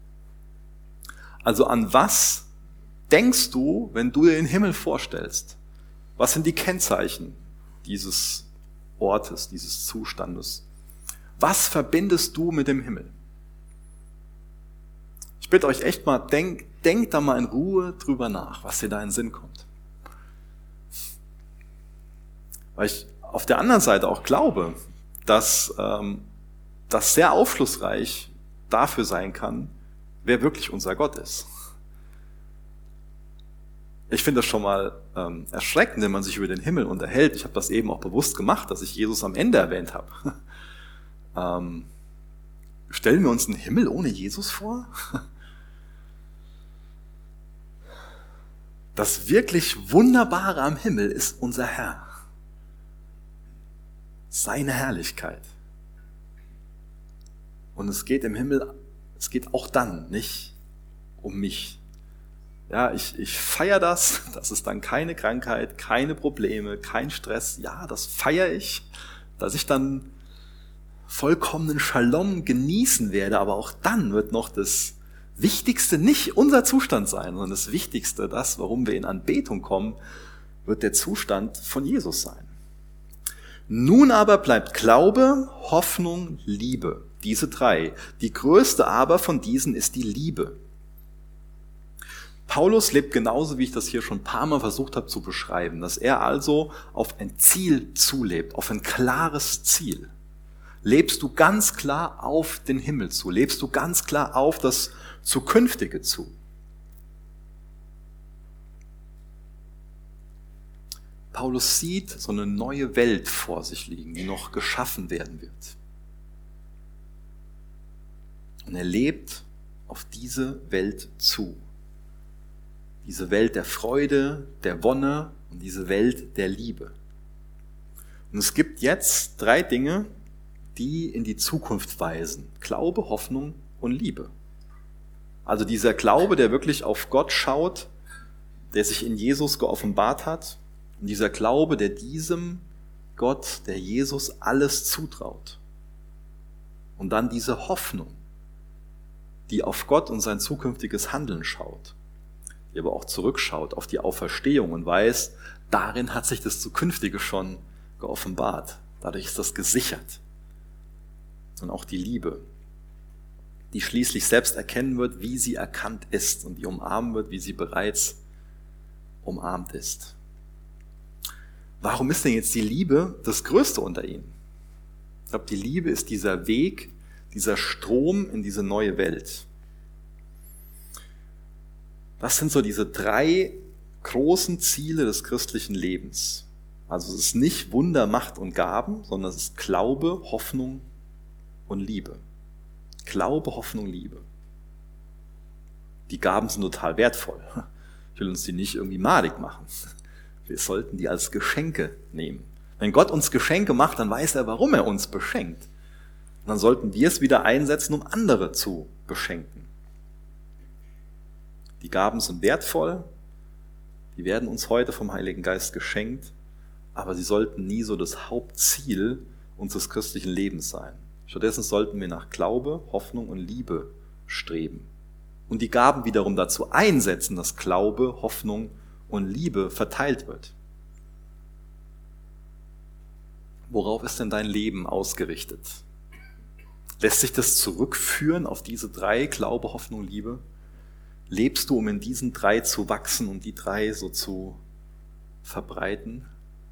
Also an was denkst du, wenn du dir den Himmel vorstellst? Was sind die Kennzeichen dieses Ortes, dieses Zustandes? Was verbindest du mit dem Himmel? Ich bitte euch echt mal, denkt da mal in Ruhe drüber nach, was dir da in den Sinn kommt. Weil ich auf der anderen Seite auch glaube, dass das sehr aufschlussreich dafür sein kann, wer wirklich unser Gott ist. Ich finde das schon mal erschreckend, wenn man sich über den Himmel unterhält. Ich habe das eben auch bewusst gemacht, dass ich Jesus am Ende erwähnt habe. Stellen wir uns einen Himmel ohne Jesus vor? Das wirklich Wunderbare am Himmel ist unser Herr. Seine Herrlichkeit. Und es geht im Himmel, es geht auch dann nicht um mich. Ja, ich feiere das ist dann keine Krankheit, keine Probleme, kein Stress. Ja, das feiere ich, dass ich dann vollkommenen Shalom genießen werde, aber auch dann wird noch das Wichtigste nicht unser Zustand sein, sondern das Wichtigste, das, warum wir in Anbetung kommen, wird der Zustand von Jesus sein. Nun aber bleibt Glaube, Hoffnung, Liebe. Diese drei. Die größte aber von diesen ist die Liebe. Paulus lebt genauso, wie ich das hier schon ein paar Mal versucht habe zu beschreiben, dass er also auf ein Ziel zulebt, auf ein klares Ziel. Lebst du ganz klar auf den Himmel zu? Lebst du ganz klar auf das Zukünftige zu? Paulus sieht so eine neue Welt vor sich liegen, die noch geschaffen werden wird. Und er lebt auf diese Welt zu. Diese Welt der Freude, der Wonne und diese Welt der Liebe. Und es gibt jetzt 3 Dinge, die in die Zukunft weisen. Glaube, Hoffnung und Liebe. Also dieser Glaube, der wirklich auf Gott schaut, der sich in Jesus geoffenbart hat. Und dieser Glaube, der diesem Gott, der Jesus, alles zutraut. Und dann diese Hoffnung, die auf Gott und sein zukünftiges Handeln schaut, die aber auch zurückschaut auf die Auferstehung und weiß, darin hat sich das Zukünftige schon geoffenbart. Dadurch ist das gesichert. Und auch die Liebe, die schließlich selbst erkennen wird, wie sie erkannt ist und die umarmen wird, wie sie bereits umarmt ist. Warum ist denn jetzt die Liebe das Größte unter ihnen? Ich glaube, die Liebe ist dieser Weg, dieser Strom in diese neue Welt. Das sind so diese 3 großen Ziele des christlichen Lebens. Also es ist nicht Wunder, Macht und Gaben, sondern es ist Glaube, Hoffnung und Liebe. Glaube, Hoffnung, Liebe. Die Gaben sind total wertvoll. Ich will uns die nicht irgendwie madig machen. Wir sollten die als Geschenke nehmen. Wenn Gott uns Geschenke macht, dann weiß er, warum er uns beschenkt. Und dann sollten wir es wieder einsetzen, um andere zu beschenken. Die Gaben sind wertvoll, die werden uns heute vom Heiligen Geist geschenkt, aber sie sollten nie so das Hauptziel unseres christlichen Lebens sein. Stattdessen sollten wir nach Glaube, Hoffnung und Liebe streben. Und die Gaben wiederum dazu einsetzen, dass Glaube, Hoffnung und Liebe verteilt wird. Worauf ist denn dein Leben ausgerichtet? Lässt sich das zurückführen auf diese 3, Glaube, Hoffnung, Liebe? Lebst du, um in diesen 3 zu wachsen und die 3 so zu verbreiten?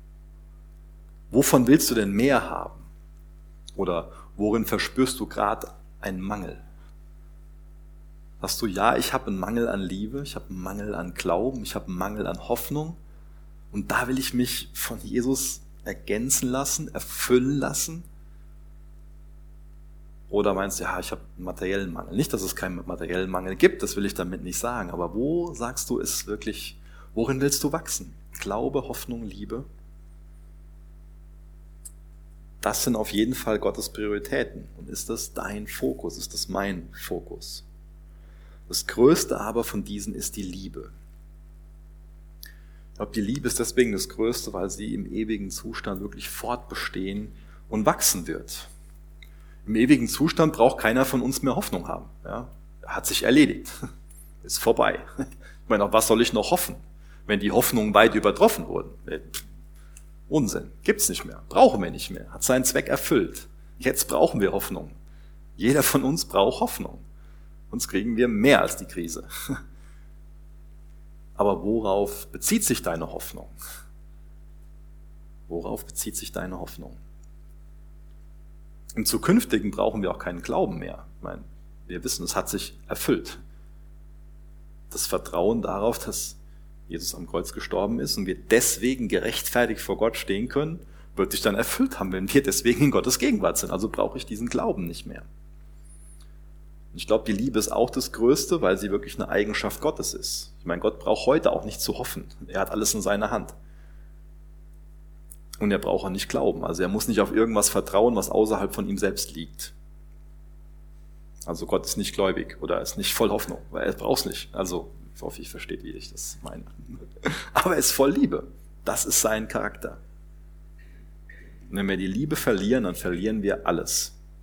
Wovon willst du denn mehr haben? Oder worin verspürst du gerade einen Mangel? Sagst du, ja, ich habe einen Mangel an Liebe, ich habe einen Mangel an Glauben, ich habe einen Mangel an Hoffnung und da will ich mich von Jesus ergänzen lassen, erfüllen lassen? Oder meinst du, ja, ich habe einen materiellen Mangel. Nicht, dass es keinen materiellen Mangel gibt, das will ich damit nicht sagen, aber wo sagst du, ist wirklich, worin willst du wachsen? Glaube, Hoffnung, Liebe? Das sind auf jeden Fall Gottes Prioritäten. Und ist das dein Fokus? Ist das mein Fokus? Das Größte aber von diesen ist die Liebe. Ich glaube, die Liebe ist deswegen das Größte, weil sie im ewigen Zustand wirklich fortbestehen und wachsen wird. Im ewigen Zustand braucht keiner von uns mehr Hoffnung haben. Ja? Hat sich erledigt. Ist vorbei. Ich meine, auf was soll ich noch hoffen, wenn die Hoffnungen weit übertroffen wurden? Unsinn. Gibt's nicht mehr. Brauchen wir nicht mehr. Hat seinen Zweck erfüllt. Jetzt brauchen wir Hoffnung. Jeder von uns braucht Hoffnung. Sonst kriegen wir mehr als die Krise. Aber worauf bezieht sich deine Hoffnung? Worauf bezieht sich deine Hoffnung? Im Zukünftigen brauchen wir auch keinen Glauben mehr. Ich meine, wir wissen, es hat sich erfüllt. Das Vertrauen darauf, dass Jesus am Kreuz gestorben ist und wir deswegen gerechtfertigt vor Gott stehen können, wird sich dann erfüllt haben, wenn wir deswegen in Gottes Gegenwart sind. Also brauche ich diesen Glauben nicht mehr. Und ich glaube, die Liebe ist auch das Größte, weil sie wirklich eine Eigenschaft Gottes ist. Ich meine, Gott braucht heute auch nicht zu hoffen. Er hat alles in seiner Hand. Und er braucht auch nicht glauben. Also er muss nicht auf irgendwas vertrauen, was außerhalb von ihm selbst liegt. Also Gott ist nicht gläubig oder ist nicht voll Hoffnung, weil er braucht es nicht. Also ich hoffe, ich verstehe, wie ich das meine. Aber er ist voll Liebe. Das ist sein Charakter. Und wenn wir die Liebe verlieren, dann verlieren wir alles.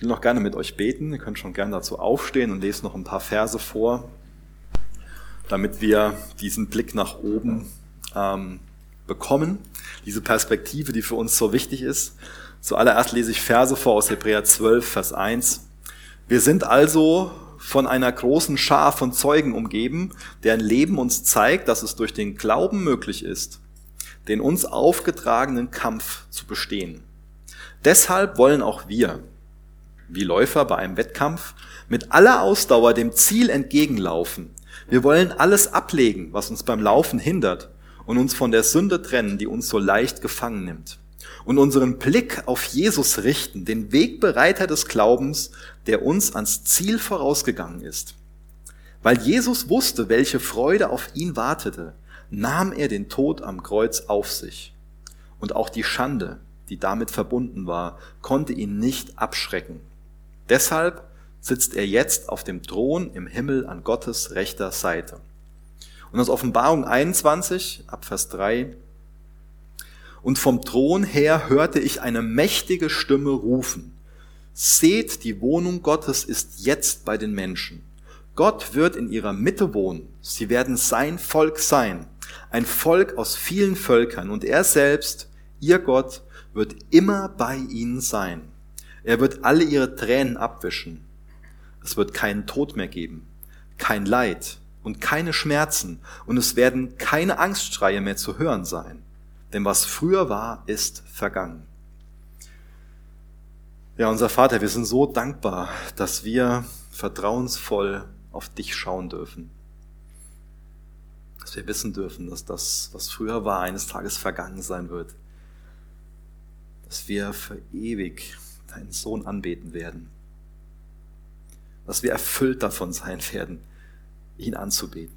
Ich will noch gerne mit euch beten. Ihr könnt schon gerne dazu aufstehen und lesen noch ein paar Verse vor, damit wir diesen Blick nach oben bekommen, diese Perspektive, die für uns so wichtig ist. Zuallererst lese ich Verse vor aus Hebräer 12, Vers 1. Wir sind also von einer großen Schar von Zeugen umgeben, deren Leben uns zeigt, dass es durch den Glauben möglich ist, den uns aufgetragenen Kampf zu bestehen. Deshalb wollen auch wir, wie Läufer bei einem Wettkampf, mit aller Ausdauer dem Ziel entgegenlaufen. Wir wollen alles ablegen, was uns beim Laufen hindert und uns von der Sünde trennen, die uns so leicht gefangen nimmt. Und unseren Blick auf Jesus richten, den Wegbereiter des Glaubens, der uns ans Ziel vorausgegangen ist. Weil Jesus wusste, welche Freude auf ihn wartete, nahm er den Tod am Kreuz auf sich. Und auch die Schande, die damit verbunden war, konnte ihn nicht abschrecken. Deshalb sitzt er jetzt auf dem Thron im Himmel an Gottes rechter Seite. Und aus Offenbarung 21, ab Vers 3: Und vom Thron her hörte ich eine mächtige Stimme rufen: Seht, die Wohnung Gottes ist jetzt bei den Menschen. Gott wird in ihrer Mitte wohnen. Sie werden sein Volk sein, ein Volk aus vielen Völkern. Und er selbst, ihr Gott, wird immer bei ihnen sein. Er wird alle ihre Tränen abwischen. Es wird keinen Tod mehr geben, kein Leid und keine Schmerzen. Und es werden keine Angstschreie mehr zu hören sein. Denn was früher war, ist vergangen. Ja, unser Vater, wir sind so dankbar, dass wir vertrauensvoll auf dich schauen dürfen. Dass wir wissen dürfen, dass das, was früher war, eines Tages vergangen sein wird. Dass wir für ewig deinen Sohn anbeten werden. Dass wir erfüllt davon sein werden, ihn anzubeten.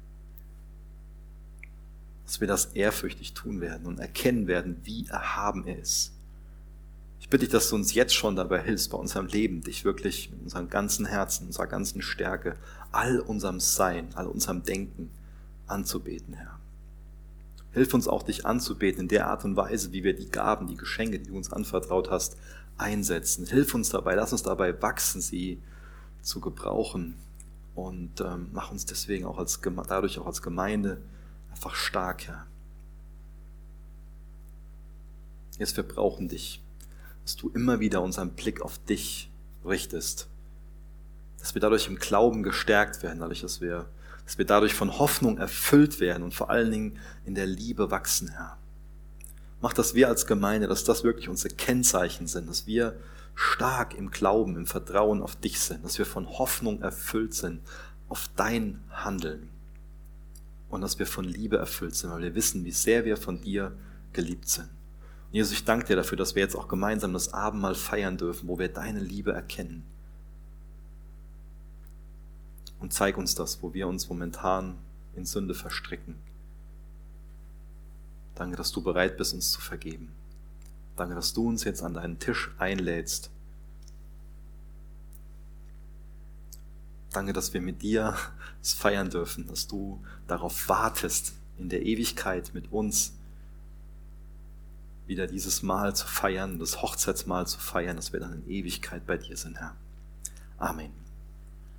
Dass wir das ehrfürchtig tun werden und erkennen werden, wie erhaben er ist. Ich bitte dich, dass du uns jetzt schon dabei hilfst, bei unserem Leben, dich wirklich mit unserem ganzen Herzen, unserer ganzen Stärke, all unserem Sein, all unserem Denken anzubeten, Herr. Hilf uns auch, dich anzubeten in der Art und Weise, wie wir die Gaben, die Geschenke, die du uns anvertraut hast, einsetzen. Hilf uns dabei, lass uns dabei wachsen, sie zu gebrauchen und mach uns deswegen auch dadurch auch als Gemeinde einfach stark, Herr. Jetzt, wir brauchen dich, dass du immer wieder unseren Blick auf dich richtest, dass wir dadurch im Glauben gestärkt werden, dass wir dadurch von Hoffnung erfüllt werden und vor allen Dingen in der Liebe wachsen, Herr. Mach, dass wir als Gemeinde, dass das wirklich unsere Kennzeichen sind, dass wir stark im Glauben, im Vertrauen auf dich sind, dass wir von Hoffnung erfüllt sind auf dein Handeln und dass wir von Liebe erfüllt sind, weil wir wissen, wie sehr wir von dir geliebt sind. Und Jesus, ich danke dir dafür, dass wir jetzt auch gemeinsam das Abendmahl feiern dürfen, wo wir deine Liebe erkennen. Und zeig uns das, wo wir uns momentan in Sünde verstricken. Danke, dass du bereit bist, uns zu vergeben. Danke, dass du uns jetzt an deinen Tisch einlädst. Danke, dass wir mit dir es feiern dürfen, dass du darauf wartest, in der Ewigkeit mit uns wieder dieses Mahl zu feiern, das Hochzeitsmahl zu feiern, dass wir dann in Ewigkeit bei dir sind, Herr. Amen.